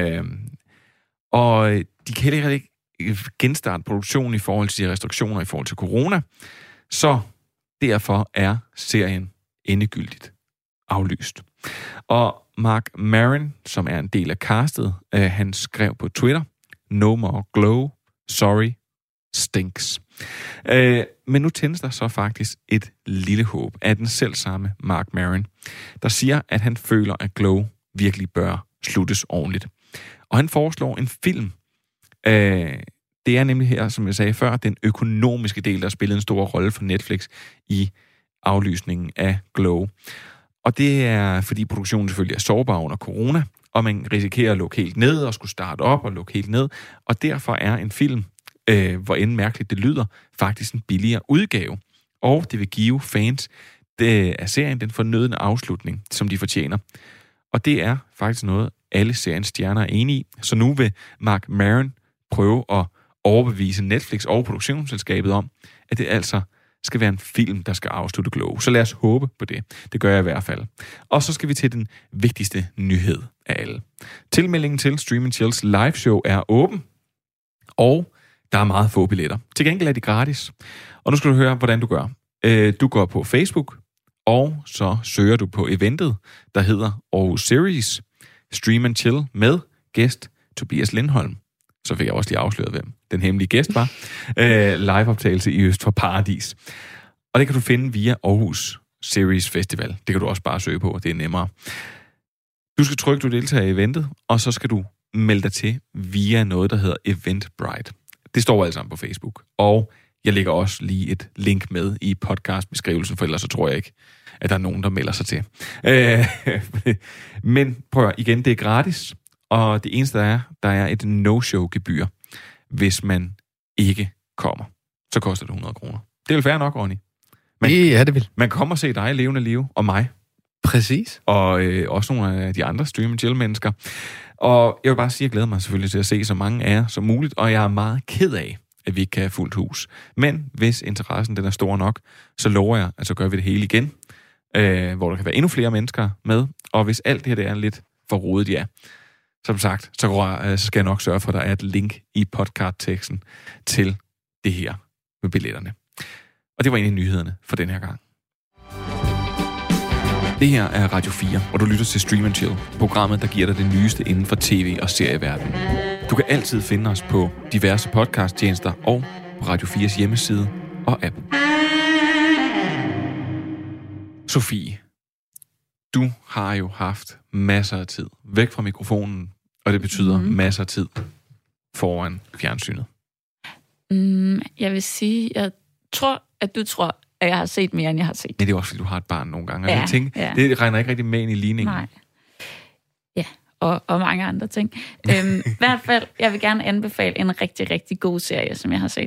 Og de kan heller ikke genstarte produktionen i forhold til de restriktioner i forhold til corona, så derfor er serien endegyldigt aflyst. Og Mark Maron, som er en del af castet, han skrev på Twitter, "No more Glow, sorry, stinks." Men nu tændes der så faktisk et lille håb af den selvsamme Mark Maron, der siger, at han føler, at Glow virkelig bør sluttes ordentligt. Og han foreslår en film. Det er nemlig her, som jeg sagde før, den økonomiske del, der spillede en stor rolle for Netflix i aflysningen af Glow. Og det er, fordi produktionen selvfølgelig er sårbar under corona, og man risikerer at lukke helt ned og skulle starte op og lukke helt ned. Og derfor er en film, hvor end mærkeligt det lyder, faktisk en billigere udgave. Og det vil give fans af serien den fornødne afslutning, som de fortjener. Og det er faktisk noget, alle seriens stjerner er enige i. Så nu vil Mark Maron prøve at overbevise Netflix og produktionsselskabet om, at det altså skal være en film, der skal afslutte Glow. Så lad os håbe på det. Det gør jeg i hvert fald. Og så skal vi til den vigtigste nyhed af alle. Tilmeldingen til Stream & Chills live show er åben, og der er meget få billetter. Til gengæld er de gratis. Og nu skal du høre, hvordan du gør. Du går på Facebook, og så søger du på eventet, der hedder Aarhus Series Stream & Chill med gæst Tobias Lindholm. Så fik jeg også lige afsløret, hvem den hemmelige gæst var. Liveoptagelse i Øst for Paradis. Og det kan du finde via Aarhus Series Festival. Det kan du også bare søge på, det er nemmere. Du skal trykke, du deltager i eventet, og så skal du melde dig til via noget, der hedder Eventbrite. Det står alt sammen på Facebook. Og jeg lægger også lige et link med i podcastbeskrivelsen, for ellers så tror jeg ikke, at der er nogen, der melder sig til. Men prøv igen, det er gratis. Og det eneste der er et no-show-gebyr, hvis man ikke kommer. Så koster det 100 kroner. Det er vel fair nok, Ronny? Det vil. Man kommer og se dig levende liv, og mig. Præcis. Og også nogle af de andre Stream & Chill-mennesker. Og jeg vil bare sige, at jeg glæder mig selvfølgelig til at se så mange af jer som muligt, og jeg er meget ked af, at vi ikke kan have fuldt hus. Men hvis interessen den er stor nok, så lover jeg, at så gør vi det hele igen, hvor der kan være endnu flere mennesker med. Og hvis alt det her det er lidt for rodet, ja, som sagt, så skal jeg nok sørge for, at der er et link i podcastteksten til det her med billetterne. Og det var egentlig nyhederne for den her gang. Det her er Radio 4, og du lytter til Stream & Chill, programmet, der giver dig det nyeste inden for tv- og serieverdenen. Du kan altid finde os på diverse podcasttjenester og på Radio 4's hjemmeside og app. Sofie, du har jo haft masser af tid væk fra mikrofonen, og det betyder masser af tid foran fjernsynet. Jeg vil sige, jeg tror, at du tror, at jeg har set mere, end jeg har set. Men det er også, fordi du har et barn nogle gange. Ja, det regner ikke rigtig med ind i ligningen. Nej. Ja, og mange andre ting. I hvert fald, jeg vil gerne anbefale en rigtig, rigtig god serie, som jeg har set.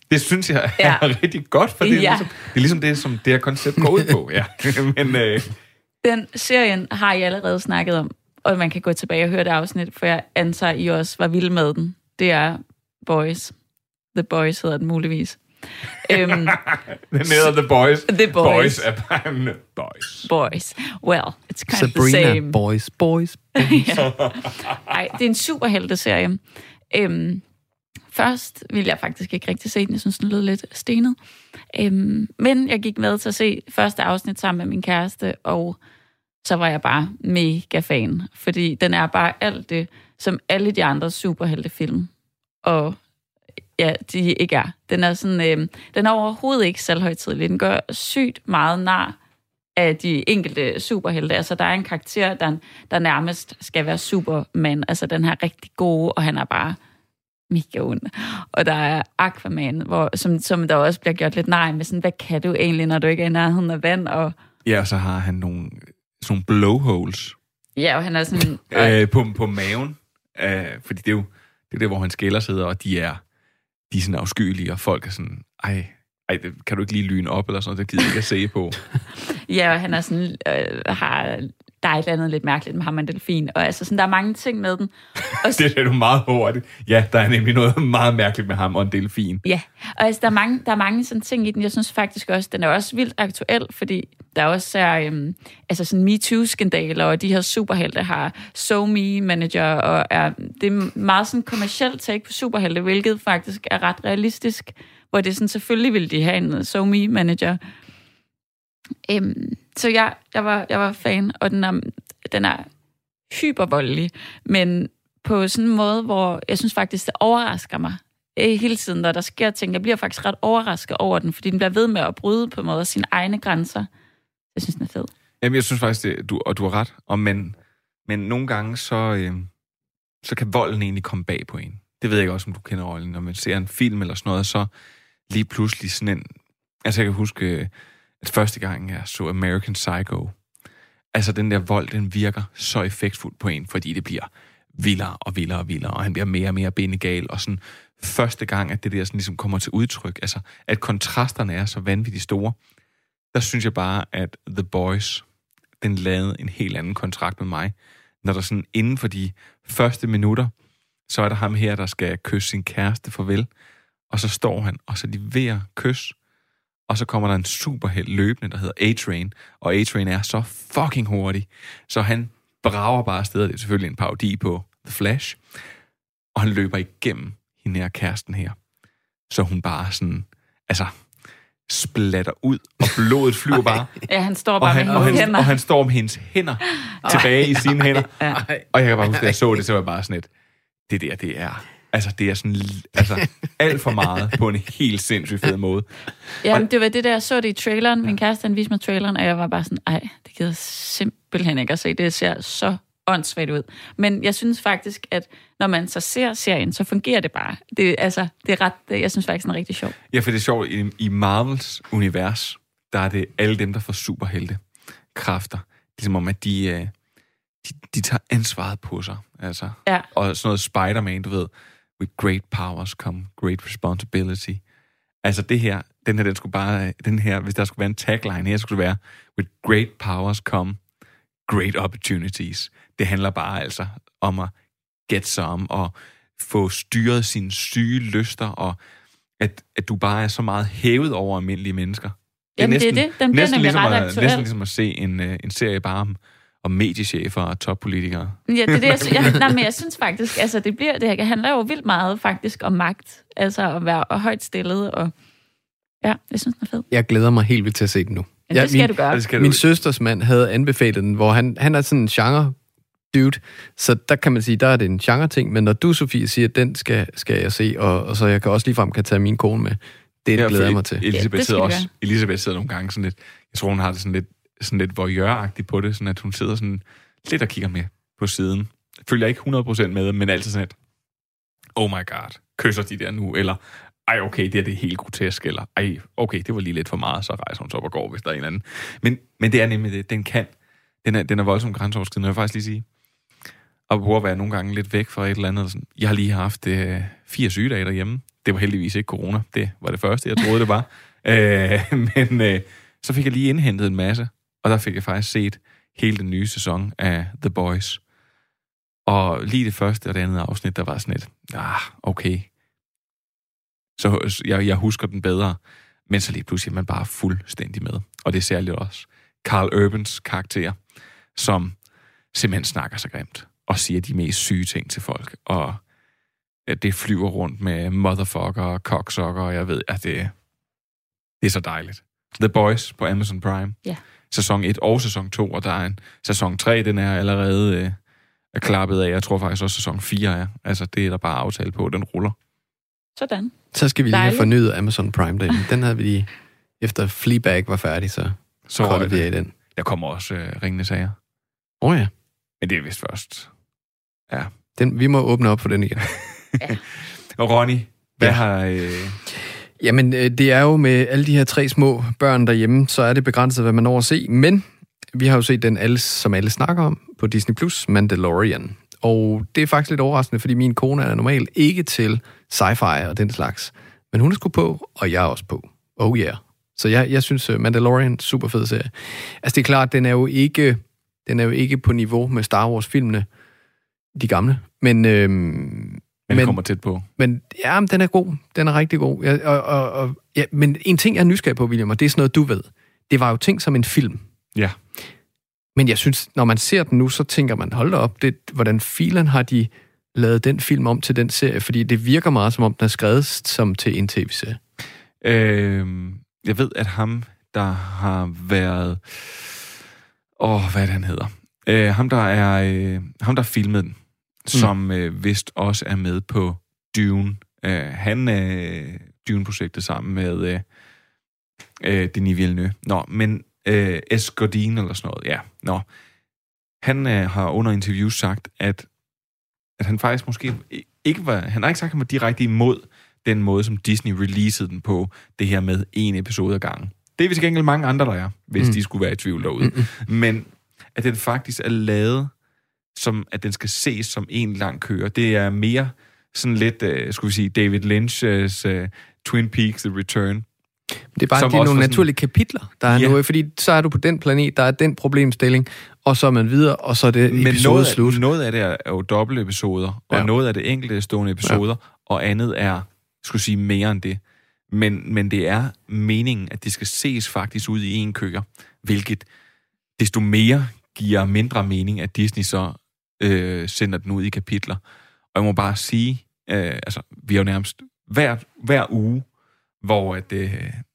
Det synes jeg er rigtig godt, for det er ligesom det, som det her koncept går ud på. Ja. Men, Den serien har I allerede snakket om, og man kan gå tilbage og høre det afsnit, for jeg antager, I også var vilde med den. Det er Boys. The Boys hedder den muligvis. Den hedder The Boys. The Boys. Boys er bare en boys. Boys. Well, it's kind Sabrina, of the same. Boys. Ej, det er en superhelteserie. Først ville jeg faktisk ikke rigtig se den. Jeg synes, den lød lidt stenet. Men jeg gik med til at se første afsnit sammen med min kæreste, og så var jeg bare mega fan. Fordi den er bare alt det, som alle de andre superheltefilm. Og ja, de ikke er. Den er sådan, den er overhovedet ikke selvhøjtidelig. Den gør sygt meget nar af de enkelte superhelte. Altså, der er en karakter, der nærmest skal være Superman. Altså, den her rigtig gode, og han er bare mega ond. Og der er Aquaman, som der også bliver gjort lidt nej med sådan, hvad kan du egentlig, når du ikke er i nærheden af vand? Og ja, og så har han nogle blowholes. Ja, og han er sådan... på maven. Fordi det er jo det, hvor han skælder sidder, og de er sådan afskyelige, og folk er sådan, ej, kan du ikke lige lyne op, eller sådan noget, det gider ikke at se på. Ja, og han er sådan, der er et eller andet lidt mærkeligt med ham og en delfin, og altså sådan, der er mange ting med den. Og det er du meget hurtigt. Ja, der er nemlig noget meget mærkeligt med ham og en delfin. Ja, og altså, der er mange sådan ting i den. Jeg synes faktisk også, den er også vildt aktuel, fordi der også er altså sådan MeToo-skandaler, og de her superhelte har SoMe-manager, og det er meget sådan kommercielt take på superhelte, hvilket faktisk er ret realistisk, hvor det sådan, selvfølgelig vil de have en SoMe-manager. Så jeg var fan, og den er hypervoldelig, men på sådan en måde, hvor jeg synes faktisk, det overrasker mig hele tiden, når der sker ting. Jeg bliver faktisk ret overrasket over den, fordi den bliver ved med at bryde på en måde sine egne grænser. Jeg synes, den er fed. Jamen, jeg synes faktisk, du har ret. Men nogle gange, så kan volden egentlig komme bag på en. Det ved jeg ikke også, om du kender rollen. Når man ser en film eller sådan noget, så lige pludselig sådan en... Altså, jeg kan huske, at første gang, jeg så American Psycho, altså den der vold, den virker så effektfuldt på en, fordi det bliver vildere og vildere og vildere, og han bliver mere og mere bindegal, og sådan første gang, at det der sådan ligesom kommer til udtryk, altså at kontrasterne er så vanvittigt store, der synes jeg bare, at The Boys, den lavede en helt anden kontrakt med mig, når der sådan inden for de første minutter, så er der ham her, der skal kysse sin kæreste farvel, og så står han, og så er de ved at kysse, og så kommer der en superhelt løbende, der hedder A-Train, og A-Train er så fucking hurtig, så han brager bare afsted, det er selvfølgelig en parodi på The Flash, og han løber igennem hende her kæresten her, så hun bare sådan, altså, splatter ud, og blodet flyver bare. Ja, han står bare med hendes hænder. Og han står med hendes hænder tilbage i sine hænder. Ja. Og jeg kan bare huske, da jeg så det, så var jeg bare sådan et, det er... Altså, det er sådan alt for meget på en helt sindssygt fed måde. Jamen, det var det der, jeg så det i traileren. Min kæreste, han viste mig traileren, og jeg var bare sådan, det gider simpelthen ikke at se. Det ser så åndssvagt ud. Men jeg synes faktisk, at når man så ser serien, så fungerer det bare. Det er ret, jeg synes faktisk, den er rigtig sjov. Ja, for det er sjovt. I Marvels univers, der er det alle dem, der får superhelte kræfter. Ligesom om, at de tager ansvaret på sig. Altså. Ja. Og sådan noget Spider-Man, du ved, with great powers come great responsibility. Altså den her, hvis der skulle være en tagline her, så skulle det være, with great powers come great opportunities. Det handler bare altså om at get some, og få styret sine syge lyster, og at du bare er så meget hævet over almindelige mennesker. Jamen det er det. Den bliver nemlig ret aktuel. Næsten ligesom at se en serie bare om mediechefer og toppolitikere. Ja, det er det, men jeg synes faktisk, altså det handler jo vildt meget faktisk om magt, altså at være højt stillet, og ja, jeg synes, den er fed. Jeg glæder mig helt vildt til at se den nu. Ja, det skal du gøre. Min søsters mand havde anbefalet den, hvor han er sådan en genre dude, så der kan man sige, der er det en genre-ting, men når du, Sofie, siger, at den skal jeg se, og så jeg kan også ligefrem kan tage min kone med, det glæder jeg mig til. Elisabeth sidder nogle gange sådan lidt, jeg tror, hun har det sådan lidt voyeur-agtigt på det, sådan at hun sidder sådan lidt og kigger med på siden. Følger ikke 100% med, men altid sådan et, oh my god, kysser de der nu, eller ej, okay, det er helt grotesk, eller ej, okay, det var lige lidt for meget, så rejser hun så op og går, hvis der er en eller anden. Men det er nemlig det, den er voldsomt grænseoverskridende, jeg vil faktisk lige sige. Og prøve at være nogle gange lidt væk fra et eller andet. Sådan. Jeg har lige haft 4 sygedage derhjemme. Det var heldigvis ikke corona. Det var det første, jeg troede, det var. Men så fik jeg lige indhentet en masse, og der fik jeg faktisk set hele den nye sæson af The Boys. Og lige det første og det andet afsnit, der var sådan et, okay. Så jeg husker den bedre, men så lige pludselig er man bare fuldstændig med. Og det er særligt også Carl Urbans karakter, som simpelthen snakker så grimt og siger de mest syge ting til folk. Og det flyver rundt med motherfucker og cocksucker, og jeg ved, at det er så dejligt. The Boys på Amazon Prime. Ja. Sæson 1 og sæson 2, og der er en sæson 3, den er allerede er klappet af. Jeg tror faktisk også, sæson 4 er. Altså, det er der bare aftale på, den ruller. Sådan. Så skal vi lige have fornyet Amazon Prime derinde. Den havde vi lige, efter Fleabag var færdig, så koldte vi af den. Der kommer også Ringende Sager. Ja. Men det er vist først. Ja. Vi må åbne op for den igen. Ja. Og Ronny, hvad har... Jamen, det er jo med alle de her 3 små børn derhjemme, så er det begrænset, hvad man når at se. Men vi har jo set den, som alle snakker om, på Disney+, Mandalorian. Og det er faktisk lidt overraskende, fordi min kone er normalt ikke til sci-fi og den slags. Men hun er sgu på, og jeg er også på. Oh yeah. Så jeg synes, Mandalorian, super fed serie. Altså, det er klart, den er jo ikke på niveau med Star Wars-filmene, de gamle. Men den kommer tæt på. Men ja, den er god. Den er rigtig god. Ja, men en ting, jeg er nysgerrig på, William, og det er sådan noget, du ved. Det var jo ting som en film. Ja. Men jeg synes, når man ser den nu, så tænker man, hold da op, hvordan filen har de lavet den film om til den serie? Fordi det virker meget, som om den er skrevet som til en tv-serie. Jeg ved, at ham, der har været... hvad er det, han hedder? Ham, der filmede den, som vist også er med på Dune. Han Dune-projektet sammen med Denis Villeneuve. Men S. Godin eller sådan noget, ja. Han har under interview sagt, at han faktisk måske ikke var... Han har ikke sagt, at han var direkte imod den måde, som Disney releasede den på, det her med 1 episode ad gangen. Det er vist ikke mange andre, der er, hvis de skulle være i tvivl derude. Men at den faktisk er lavet, som at den skal ses som en lang køre. Det er mere sådan lidt, skulle vi sige, David Lynch's Twin Peaks The Return. Det er bare nogle naturlige kapitler, der er nu, fordi så er du på den planet, der er den problemstilling, og så er man videre, og så er det episode slut. Men noget af det er jo dobbelt episoder, og noget af det enkelte stående episoder, og andet er, skulle sige, mere end det. Men det er meningen, at det skal ses faktisk ud i en køer, hvilket desto mere giver mindre mening, at Disney så sender den ud i kapitler. Og jeg må bare sige, vi har jo nærmest hver uge, hvor det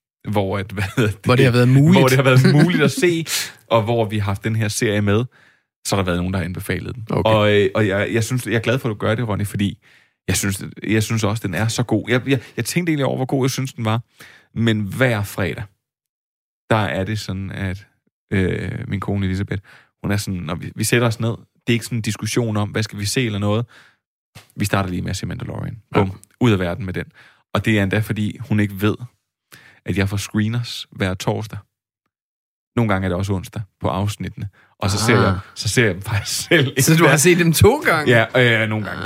har været muligt. Hvor det har været muligt at se, og hvor vi har haft den her serie med, så har der været nogen, der har anbefalet den. Okay. Og jeg synes, jeg er glad for, at du gør det, Ronny, fordi jeg synes også, den er så god. Jeg tænkte egentlig over, hvor god jeg synes, den var. Men hver fredag, der er det sådan, at min kone Elisabeth, hun er sådan, når vi sætter os ned, det er ikke sådan en diskussion om, hvad skal vi se eller noget. Vi starter lige med at se Mandalorian. Bum, ud af verden med den. Og det er endda, fordi hun ikke ved, at jeg får screeners hver torsdag. Nogle gange er det også onsdag på afsnittene. Og så ser jeg dem faktisk selv. Så du har set dem 2 gange? Ja, nogle gange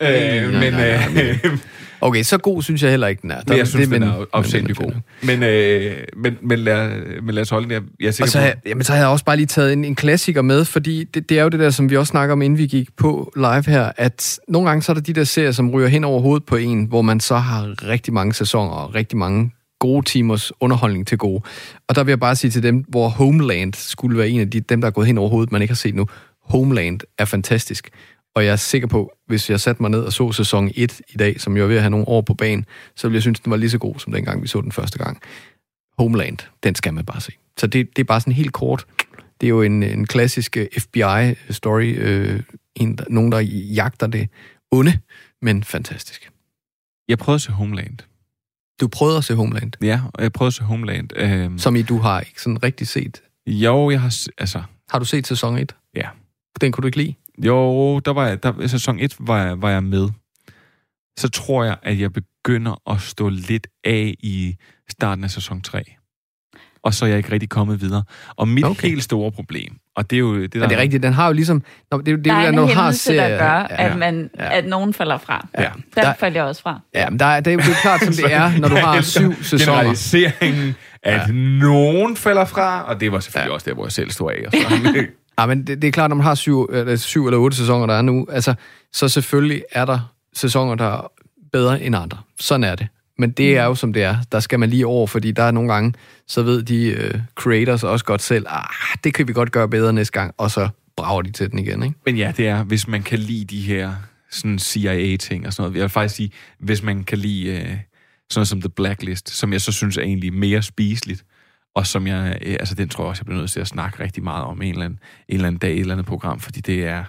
3. Okay, så god synes jeg heller ikke, den er. Men jeg synes, den er opsættet god. Men lad os holde den der. Så har jeg også bare lige taget en klassiker med, fordi det er jo det der, som vi også snakker om, inden vi gik på live her, at nogle gange så er der de der serier, som ryger hen over hovedet på en, hvor man så har rigtig mange sæsoner og rigtig mange gode timers underholdning til gode. Og der vil jeg bare sige til dem, hvor Homeland skulle være en af dem, der er gået hen over hovedet, man ikke har set nu. Homeland er fantastisk. Og jeg er sikker på, hvis jeg satte mig ned og så sæson 1 i dag, som jeg er ved at have nogle år på banen, så ville jeg synes, den var lige så god, som dengang vi så den første gang. Homeland, den skal man bare se. Så det er bare sådan helt kort. Det er jo en klassisk FBI-story. Nogen, der jagter det onde, men fantastisk. Jeg prøvede at se Homeland. Du prøvede at se Homeland? Ja, og jeg prøvede at se Homeland. Som du har ikke sådan rigtig set? Jo, jeg har... Altså... Har du set sæson 1? Ja. Den kunne du ikke lide? Jo, sæson 1 var jeg med. Så tror jeg, at jeg begynder at stå lidt af i starten af sæson 3. Og så er jeg ikke rigtig kommet videre. Og mit helt store problem, Og det er jo det, der... Men det er rigtigt, den har jo ligesom... Det der er en hændelse, der gør, serier, at nogen falder fra. Ja. Der falder jeg også fra. Ja, men det er jo klart, som det er, når du har 7 sæsoner. Generaliseringen, at nogen falder fra, og det var selvfølgelig også der, hvor jeg selv stod af. Og så. Ja, men det er klart, når man har 7 eller 8 sæsoner, der er nu, altså, så selvfølgelig er der sæsoner, der er bedre end andre. Sådan er det. Men det er jo, som det er. Der skal man lige over, fordi der er nogle gange, så ved de creators også godt selv, det kan vi godt gøre bedre næste gang, og så brager de til den igen, ikke? Men ja, det er, hvis man kan lide de her sådan CIA-ting og sådan noget. Jeg vil faktisk sige, hvis man kan lide sådan noget som The Blacklist, som jeg så synes er egentlig mere spiseligt, og som jeg, altså den tror jeg også, jeg bliver nødt til at snakke rigtig meget om en eller anden dag, et eller andet program, fordi det er,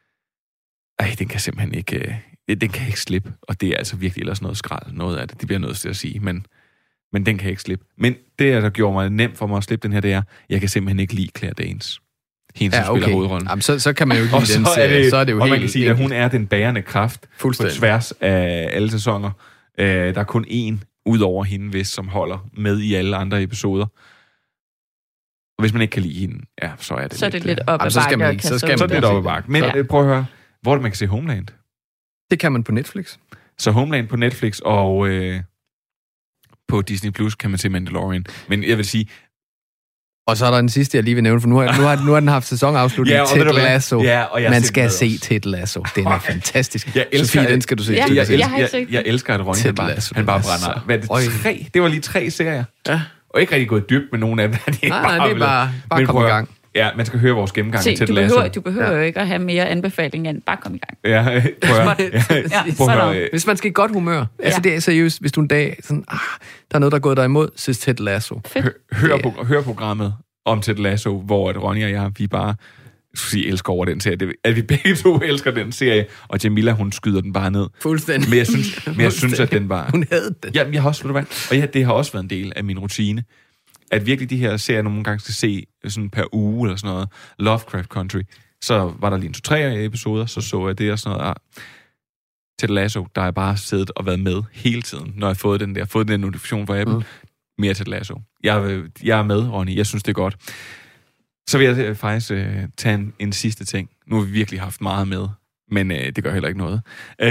den kan simpelthen ikke, den kan ikke slippe, og det er altså virkelig ellers noget skrald, noget af det, det bliver nødt til at sige, men den kan ikke slippe. Men det, der gjorde mig nemt for mig at slippe den her, det er, jeg kan simpelthen ikke lide Claire Danes. Hende, som spiller hovedrollen. Jamen, så kan man jo ikke lide den serie, så er det jo og helt... man kan sige, at hun er den bærende kraft på tværs af alle sæsoner. Der er kun én ud over hende, som holder med i alle andre episoder. Og hvis man ikke kan lide hende, så er det så lidt... Så er det lidt op ad bakke. Så er det lidt op ad bakke. Men prøv at høre, hvor er det, man kan se Homeland? Det kan man på Netflix. Så Homeland på Netflix, og på Disney Plus kan man se Mandalorian. Men jeg vil sige... Og så er der den sidste, jeg lige vil nævne, for nu har den haft sæsonafslutning. Ted Lasso. Man skal se Ted Lasso. Den er fantastisk. Jeg elsker Sofie, den skal du se. Jeg elsker, at Ronny han bare brænder. Hvad er det? 3? Det var lige 3 serier. Ja. Og ikke rigtig gået dybt med nogen af dem. Det er bare komme i gang. Ja, man skal høre vores gennemgang af Ted Lasso. Du behøver jo ikke at have mere anbefaling end bare komme i gang. Ja, prøv at høre. Hvis man skal i godt humør. Altså, det er seriøst. Hvis du en dag sådan, der er noget, der er gået dig imod, så Ted Lasso. Hør programmet om Ted Lasso, hvor Ronny og jeg, vi bare elsker over den serie. At vi begge to elsker den serie, og Jamila, hun skyder den bare ned. Fuldstændig. Men jeg synes, at den var... Hun havde den. Ja, jeg har også, ved du hvad? Og det har også været en del af min rutine, at virkelig de her serier, nogle gange skal se sådan per uge eller sådan noget, Lovecraft Country, så var der lige 2-3 episoder, så jeg det og sådan noget. Ted Lasso, der er bare siddet og været med hele tiden, når jeg har fået den notifikation fra Apple. Mere Ted Lasso. Jeg er med, Ronny. Jeg synes, det er godt. Så vil jeg faktisk tage en sidste ting. Nu har vi virkelig haft meget med, men det gør heller ikke noget.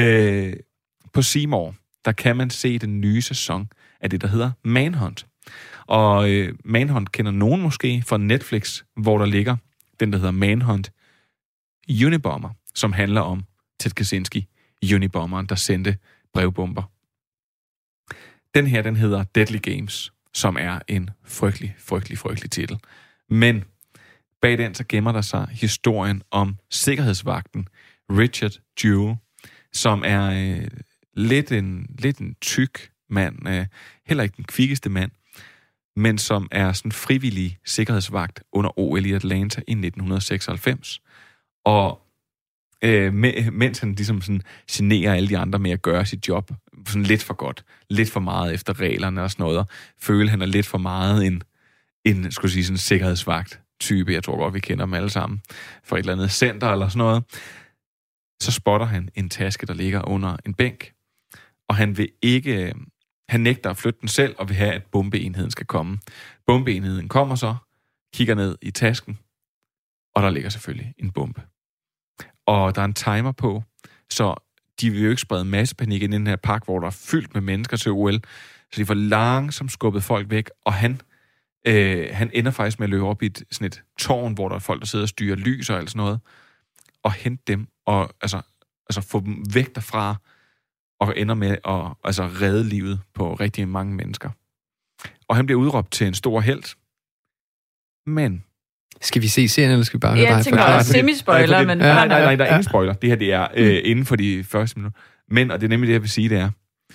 På C More, der kan man se den nye sæson af det, der hedder Manhunt. Og Manhunt kender nogen måske fra Netflix, hvor der ligger den, der hedder Manhunt Unabomber, som handler om Ted Kaczynski, Unabomberen, der sendte brevbomber. Den her, den hedder Deadly Games, som er en frygtelig titel. Men bag den, så gemmer der sig historien om sikkerhedsvagten Richard Jewell, som er lidt en tyk mand, heller ikke den kvikkeste mand, men som er sådan en frivillig sikkerhedsvagt under OL i Atlanta i 1996. Og mens han ligesom sådan generer alle de andre med at gøre sit job sådan lidt for godt, lidt for meget efter reglerne og sådan noget, og føler han er lidt for meget en skulle sige sådan sikkerhedsvagt type, jeg tror godt vi kender dem alle sammen, for et eller andet center eller sådan noget, så spotter han en taske, der ligger under en bænk, og han nægter at flytte den selv, og vil have, at bombeenheden skal komme. Bombeenheden kommer så, kigger ned i tasken, og der ligger selvfølgelig en bombe. Og der er en timer på, så de vil jo ikke sprede massepanik ind i den her park, hvor der er fyldt med mennesker til OL, så de får langsomt skubbet folk væk, og han ender faktisk med at løbe op i sådan et tårn, hvor der er folk, der sidder og styrer lys og alt sådan noget, og hente dem, og altså få dem væk derfra, og ender med at redde livet på rigtig mange mennesker. Og han bliver udråbt til en stor helt. Men... Skal vi se serien, eller skal vi bare høre dig? Jeg tænker også semi-spoiler, men... Nej, der er ingen spoiler. Det her, det er inden for de første minutter. Men, og det er nemlig det, jeg vil sige, det er,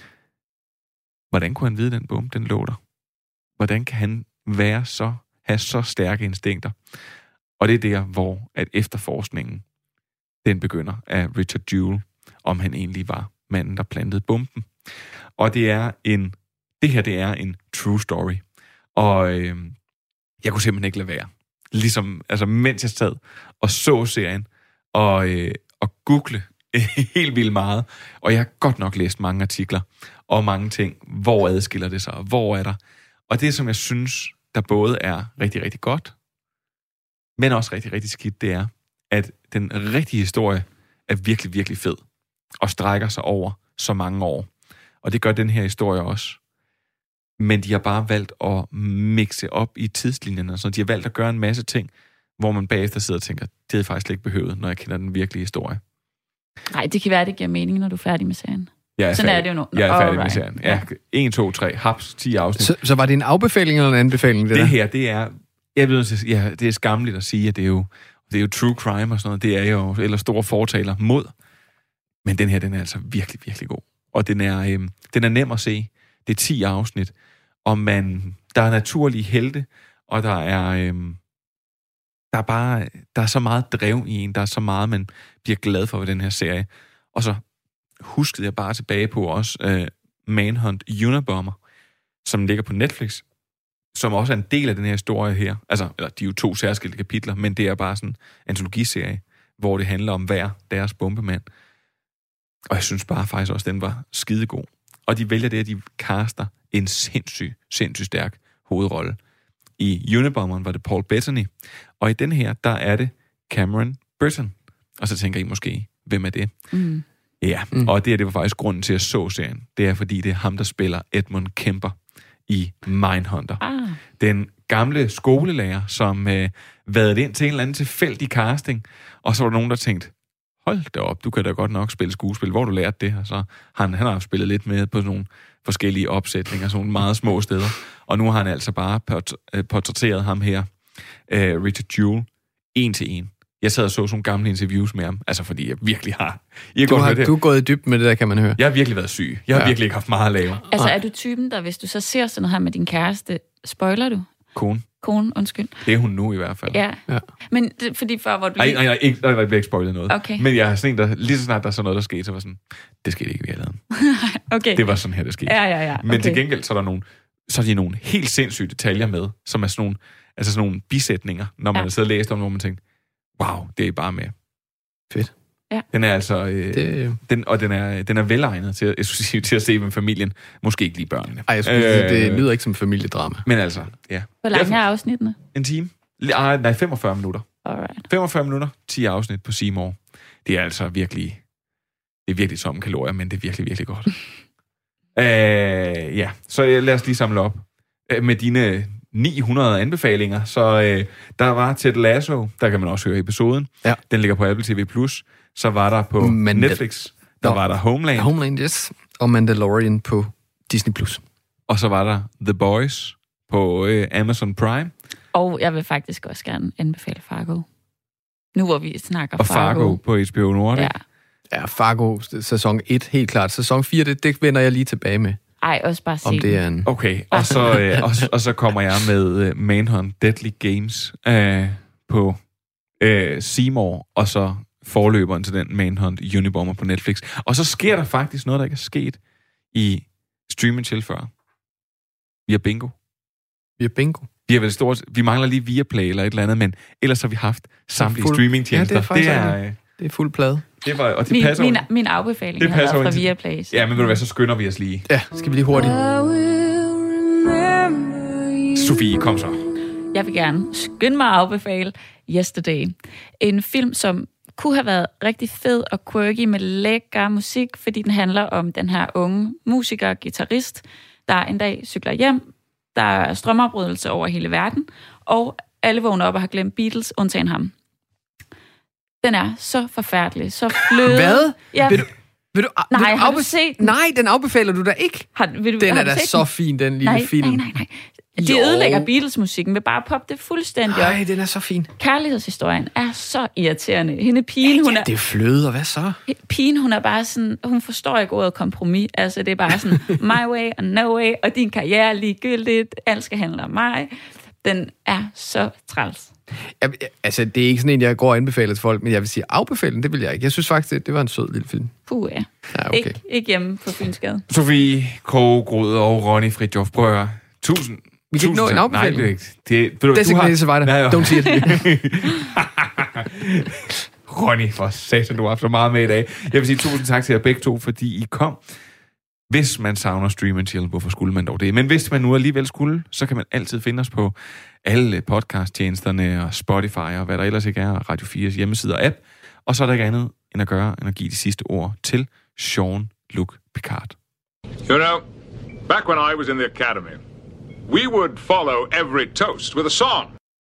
hvordan kunne han vide, den bombe, den lå der? Hvordan kan han have så stærke instinkter? Og det er der, hvor at efterforskningen, den begynder af Richard Jewell, om han egentlig var manden, der plantede bomben. Og det her er en true story. Og jeg kunne simpelthen ikke lade være. Ligesom, mens jeg sad og så serien, og google helt vildt meget, og jeg har godt nok læst mange artikler, og mange ting, hvor adskiller det sig, og hvor er der. Og det, som jeg synes, der både er rigtig, rigtig godt, men også rigtig, rigtig skidt, det er, at den rigtige historie er virkelig, virkelig fed, og strækker sig over så mange år. Og det gør den her historie også. Men de har bare valgt at mixe op i tidslinjerne, så de har valgt at gøre en masse ting, hvor man bagefter sidder og tænker, det havde jeg faktisk slet ikke behøvet, når jeg kender den virkelige historie. Nej, det kan være, det giver mening, når du er færdig med serien. Sådan er det jo nu. Jeg er færdig med serien. Ja. 1, 2, 3, haps, 10 afsnit. Så var det en afbefaling eller en anbefaling? Det her, det er... Jeg ved, ja, det er skamligt at sige, at det er jo true crime og sådan noget. Det er jo eller store fortaler mod. Men den her, den er altså virkelig, virkelig god. Og den er nem at se. Det er 10 afsnit. Og der er naturlige helte, og der er så meget drev i en. Der er så meget, man bliver glad for ved den her serie. Og så huskede jeg bare tilbage på også Manhunt Unabomber, som ligger på Netflix, som også er en del af den her historie her. Altså, eller de er jo 2 særskilte kapitler, men det er bare sådan en antologiserie, hvor det handler om hver deres bombemand. Og jeg synes bare faktisk også, at den var skidegod. Og de vælger det, at de caster en sindssygt stærk hovedrolle. I Unabomberen var det Paul Bettany, og i den her, der er det Cameron Britton. Og så tænker I måske, hvem er det? Mm. Ja, og det var faktisk grunden til at så serien. Det er, fordi det er ham, der spiller Edmund Kemper i Mindhunter. Den gamle skolelærer, som vadede ind til en eller anden tilfældig casting, og så var der nogen, der tænkte, hold da op, du kan da godt nok spille skuespil. Hvor du lærte det? Og så han har spillet lidt med på nogle forskellige opsætninger, sådan nogle meget små steder. Og nu har han altså bare portrætteret ham her, Richard Jewell, 1 til 1. Jeg sad og så nogle gamle interviews med ham, altså fordi jeg virkelig har... Du er gået i dybden med det der, kan man høre. Jeg har virkelig været syg. Jeg har virkelig ikke haft meget at lave. Altså er du typen, der hvis du så ser sådan noget her med din kæreste, spoiler du? Konen, undskyld. Det er hun nu i hvert fald. Ja. Men det, fordi før, hvor du... Nej, der bliver ikke spoilet noget. Okay. Men jeg har sådan en, der lige så snart der er sådan noget, der skete, så var sådan, det skete ikke, vi har lavet. Okay. Det var sådan her, det skete. Ja. Okay. Men til gengæld, så er de nogle helt sindssyge detaljer med, som er sådan nogle bisætninger, når man har siddet og læst om, hvor man tænker, wow, det er bare med. Fedt. Ja. Den er altså... den er velegnet til at se med familien. Måske ikke lige børnene. Ej, jeg skulle det lyder ikke som familiedrama. Men altså, ja. Hvor lange er afsnittene? En time. Nej, 45 minutter. Alright. 45 minutter, 10 afsnit på C-More. Det er altså virkelig... Det er virkelig tomme kalorier, men det er virkelig, virkelig godt. Ja, så lad os lige samle op med dine 900 anbefalinger. Så der var Ted Lasso, der kan man også høre episoden. Ja. Den ligger på Apple TV+. Så var der på Netflix, der var der Homeland. Homeland, yes. Og Mandalorian på Disney+. Og så var der The Boys på Amazon Prime. Og jeg vil faktisk også gerne anbefale Fargo. Nu hvor vi snakker og Fargo på HBO Nordic. Ja, Fargo sæson 1, helt klart. Sæson 4, det vender jeg lige tilbage med. Ej, også bare se det er en... Okay, og så kommer jeg med Manhunt Deadly Games på C-More, og så forløberen til den Manhunt Unabomber på Netflix. Og så sker der faktisk noget, der ikke er sket i Stream & Chill før. Vi har bingo. Vi mangler lige Viaplay eller et eller andet, men ellers har vi haft samtlige streamingtjenester. Ja, det er fuld plade. Det var, og det passer min afbefaling har været fra Viaplay. Ja, men ved du hvad, så skynder vi os lige. Ja, skal vi lige hurtigt. Sofie, kom så. Jeg vil gerne skynde mig at afbefale Yesterday. En film, som kunne have været rigtig fed og quirky med lækker musik, fordi den handler om den her unge musiker og guitarist, der en dag cykler hjem. Der er strømafbrydelse over hele verden, og alle vågner op og har glemt Beatles, undtagen ham. Den er så forfærdelig, så fløde. Hvad? Ja. Vil du har du set den? Nej, den afbefaler du da ikke. Den er da så fin, den lille film. Nej. De ødelægger Beatles-musikken ved bare poppe det fuldstændig op. Nej, den er så fin. Kærlighedshistorien er så irriterende. Hende pigen, hun er... Det er fløde, og hvad så? Pigen, hun er bare sådan... Hun forstår ikke ordet kompromis. Altså, det er bare sådan, my way and no way, og din karriere er ligegyldigt. Alt skal handle om mig. Den er så træls. Altså, det er ikke sådan en, jeg går og anbefaler til folk, men jeg vil sige, afbefale den, det vil jeg ikke. Jeg synes faktisk, det var en sød lille film. Ja. Okay. Ikke hjemme på Fynsgade. Sofie Kogegrud og Ronny Fridtjof Brøger. Tusind. Vi kan ikke nå en afbefaling. Nej, det er ikke. Designated survivor. Don't see it. Ronny, for satan, du har haft så meget med i dag. Jeg vil sige tusind tak til jer begge to, fordi I kom. Hvis man savner Stream & Chill, hvorfor skulle man dog det? Men hvis man nu alligevel skulle, så kan man altid finde os på alle podcasttjenesterne og Spotify og hvad der ellers ikke er, Radio 4's hjemmeside og app. Og så er der ikke andet end at gøre, end at give de sidste ord til Jean-Luc Picard. You know, back when I was in the academy, we would follow every toast with a song.